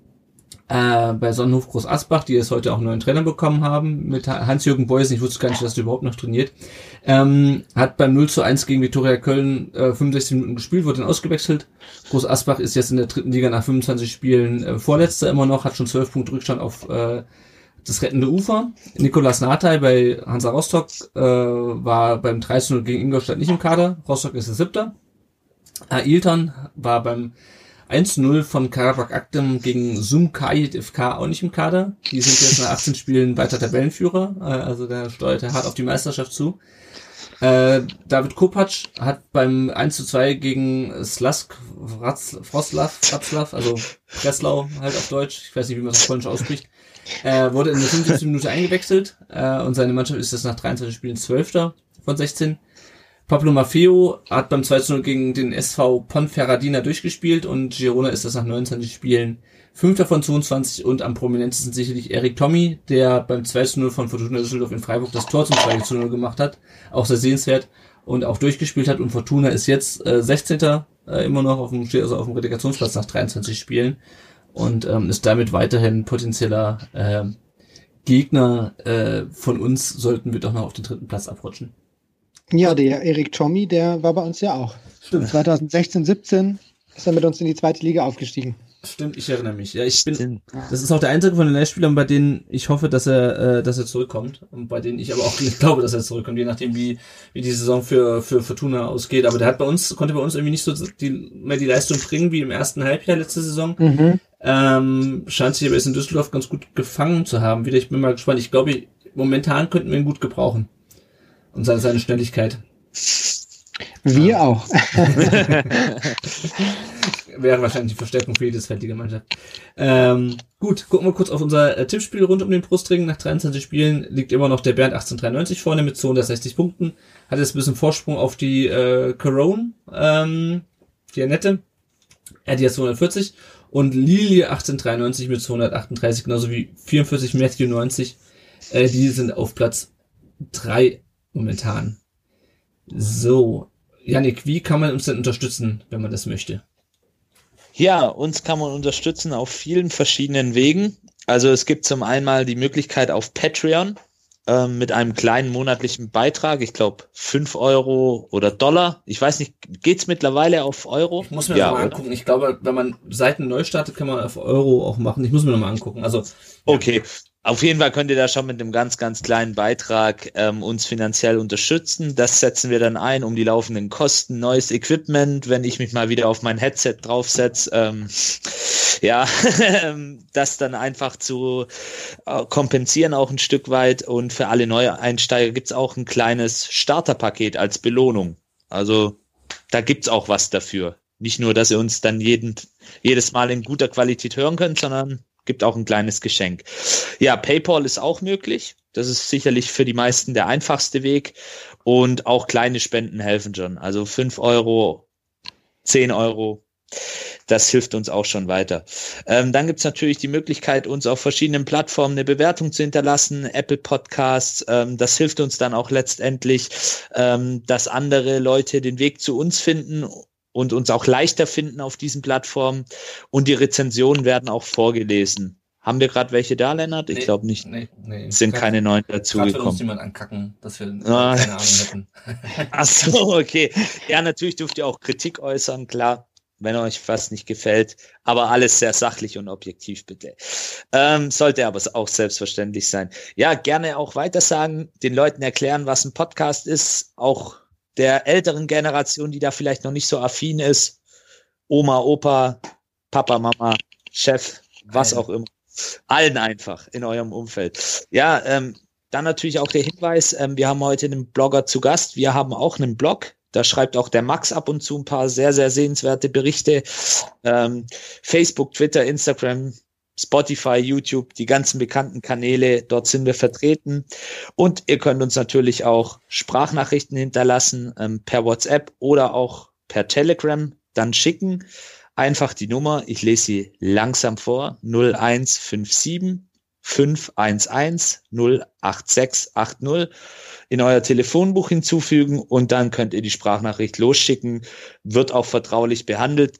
äh, bei Sonnenhof Groß Asbach, die jetzt heute auch einen neuen Trainer bekommen haben, mit Hans-Jürgen Beuys, ich wusste gar nicht, dass der überhaupt noch trainiert, ähm, hat beim null zu eins gegen Viktoria Köln äh, fünfundsechzig Minuten gespielt, wurde dann ausgewechselt. Groß Asbach ist jetzt in der dritten Liga nach fünfundzwanzig Spielen äh, Vorletzter immer noch, hat schon zwölf Punkte Rückstand auf äh, das rettende Ufer. Nikolas Nathai bei Hansa Rostock äh, war beim drei zu null gegen Ingolstadt nicht im Kader. Rostock ist der Siebter. Ailton war beim eins zu null von Karabakh Akdam gegen Sumqayit F K auch nicht im Kader. Die sind jetzt nach achtzehn Spielen weiter Tabellenführer, also der steuert hart auf die Meisterschaft zu. Äh, David Kopac hat beim eins zu zwei gegen Slask Wroclaw, Wroclaw, also Breslau halt auf Deutsch, ich weiß nicht, wie man das polnisch ausspricht, äh, wurde in der fünfundsiebzigsten Minute eingewechselt äh, und seine Mannschaft ist jetzt nach dreiundzwanzig Spielen Zwölfter von sechzehn. Pablo Maffeo hat beim zwei zu null gegen den S V Ponferradina durchgespielt und Girona ist das nach neunundzwanzig Spielen Fünfter von zweiundzwanzig und am prominentesten sicherlich Erik Tommy, der beim zwei zu null von Fortuna Düsseldorf in Freiburg das Tor zum zwei zu null gemacht hat. Auch sehr sehenswert und auch durchgespielt hat und Fortuna ist jetzt äh, sechzehnter Äh, immer noch auf dem, steht also auf dem Relegationsplatz nach dreiundzwanzig Spielen und ähm, ist damit weiterhin potenzieller äh, Gegner äh, von uns, sollten wir doch noch auf den dritten Platz abrutschen. Ja, der Erik Tommy, der war bei uns ja auch. Stimmt. zwanzig sechzehn siebzehn ist er mit uns in die zweite Liga aufgestiegen. Stimmt, ich erinnere mich. Ja, ich bin. Das ist auch der einzige von den Leihspielern, bei denen ich hoffe, dass er, äh, dass er zurückkommt und bei denen ich aber auch nicht glaube, dass er zurückkommt, je nachdem wie wie die Saison für für Fortuna ausgeht. Aber der hat bei uns konnte bei uns irgendwie nicht so die mehr die Leistung bringen wie im ersten Halbjahr letzte Saison. Mhm. Ähm, scheint sich aber jetzt in Düsseldorf ganz gut gefangen zu haben. Wieder, ich bin mal gespannt. Ich glaube, momentan könnten wir ihn gut gebrauchen und seine seine Schnelligkeit. Wir ja. auch. Wäre wahrscheinlich die Verstärkung für jedes fertige Mannschaft. Ähm, gut, gucken wir kurz auf unser äh, Tippspiel rund um den Brustring. Nach dreiundzwanzig Spielen liegt immer noch der Bernd achtzehnhundertdreiundneunzig vorne mit zweihundertsechzig Punkten. Hat jetzt ein bisschen Vorsprung auf die äh, Corone, ähm, die Annette. Er hat jetzt zweihundertvierzig. Und Lilie achtzehnhundertdreiundneunzig mit zweihundertachtunddreißig, genauso wie vierundvierzig Matthew neunzig. Äh, die sind auf Platz drei momentan. So, Yannick, wie kann man uns denn unterstützen, wenn man das möchte? Ja, uns kann man unterstützen auf vielen verschiedenen Wegen. Also es gibt zum einen mal die Möglichkeit auf Patreon äh, mit einem kleinen monatlichen Beitrag. Ich glaube fünf Euro oder Dollar. Ich weiß nicht, geht's mittlerweile auf Euro? Ich muss mir ja, noch mal angucken. Ich glaube, wenn man Seiten neu startet, kann man auf Euro auch machen. Ich muss mir noch mal angucken. Also ja. Okay. Auf jeden Fall könnt ihr da schon mit einem ganz, ganz kleinen Beitrag ähm, uns finanziell unterstützen. Das setzen wir dann ein, um die laufenden Kosten, neues Equipment, wenn ich mich mal wieder auf mein Headset draufsetze, ähm, ja, das dann einfach zu äh, kompensieren auch ein Stück weit. Und für alle Neueinsteiger gibt's auch ein kleines Starterpaket als Belohnung. Also da gibt's auch was dafür. Nicht nur, dass ihr uns dann jeden, jedes Mal in guter Qualität hören könnt, sondern gibt auch ein kleines Geschenk. Ja, PayPal ist auch möglich. Das ist sicherlich für die meisten der einfachste Weg. Und auch kleine Spenden helfen schon. Also fünf Euro, zehn Euro. Das hilft uns auch schon weiter. Ähm, dann gibt's natürlich die Möglichkeit, uns auf verschiedenen Plattformen eine Bewertung zu hinterlassen. Apple Podcasts, ähm, das hilft uns dann auch letztendlich, ähm, dass andere Leute den Weg zu uns finden und uns auch leichter finden auf diesen Plattformen. Und die Rezensionen werden auch vorgelesen. Haben wir gerade welche da, Lennart? Ich nee, glaube nicht. Nee, nee. Sind grad, keine neuen dazugekommen. Gerade will uns jemand ankacken, dass wir ah. keine Ahnung hätten. Ach so, okay. Ja, natürlich dürft ihr auch Kritik äußern, klar, wenn euch was nicht gefällt. Aber alles sehr sachlich und objektiv, bitte. Ähm, sollte aber auch selbstverständlich sein. Ja, gerne auch weitersagen, den Leuten erklären, was ein Podcast ist, auch der älteren Generation, die da vielleicht noch nicht so affin ist, Oma, Opa, Papa, Mama, Chef, was auch immer, allen einfach in eurem Umfeld. Ja, ähm, dann natürlich auch der Hinweis, ähm, wir haben heute einen Blogger zu Gast, wir haben auch einen Blog, da schreibt auch der Max ab und zu ein paar sehr, sehr sehenswerte Berichte, ähm, Facebook, Twitter, Instagram, Spotify, YouTube, die ganzen bekannten Kanäle, dort sind wir vertreten. Und ihr könnt uns natürlich auch Sprachnachrichten hinterlassen, ähm, per WhatsApp oder auch per Telegram dann schicken. Einfach die Nummer, ich lese sie langsam vor, null eins fünf sieben fünf eins eins null acht sechs acht null in euer Telefonbuch hinzufügen und dann könnt ihr die Sprachnachricht losschicken, wird auch vertraulich behandelt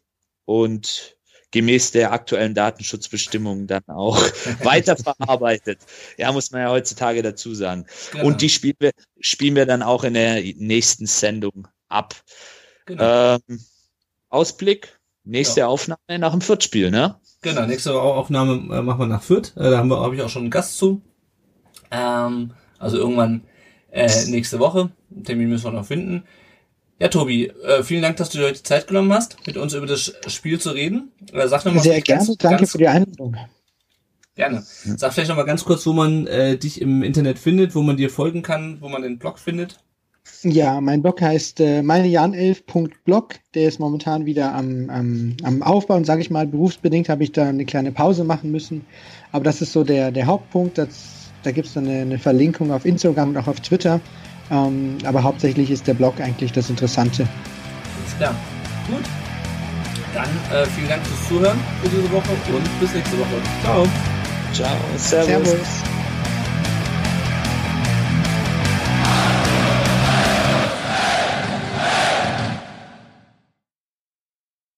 und gemäß der aktuellen Datenschutzbestimmungen dann auch weiterverarbeitet. Ja, muss man ja heutzutage dazu sagen. Genau. Und die spielen wir, spielen wir dann auch in der nächsten Sendung ab. Genau. Ähm, Ausblick, nächste ja. Aufnahme nach dem Fürth-Spiel, ne? Genau, nächste Aufnahme äh, machen wir nach Fürth. Äh, da haben wir, habe ich auch schon einen Gast zu. Ähm, also irgendwann äh, nächste Woche. Den Termin müssen wir noch finden. Ja, Tobi, äh, vielen Dank, dass du dir heute Zeit genommen hast, mit uns über das Spiel zu reden. Äh, sag noch mal Sehr ganz, gerne, danke ganz, für die Einladung. Gerne. Sag vielleicht noch mal ganz kurz, wo man äh, dich im Internet findet, wo man dir folgen kann, wo man den Blog findet. Ja, mein Blog heißt äh, meinejahnelf punkt blog. Der ist momentan wieder am, am, am Aufbauen, sage ich mal. Berufsbedingt habe ich da eine kleine Pause machen müssen. Aber das ist so der, der Hauptpunkt. Das, da gibt es dann eine, eine Verlinkung auf Instagram und auch auf Twitter. Ähm, aber hauptsächlich ist der Blog eigentlich das Interessante. Alles klar. Gut. Dann äh, vielen Dank fürs Zuhören für diese Woche und bis nächste Woche. Ciao. Ciao. Servus. Servus.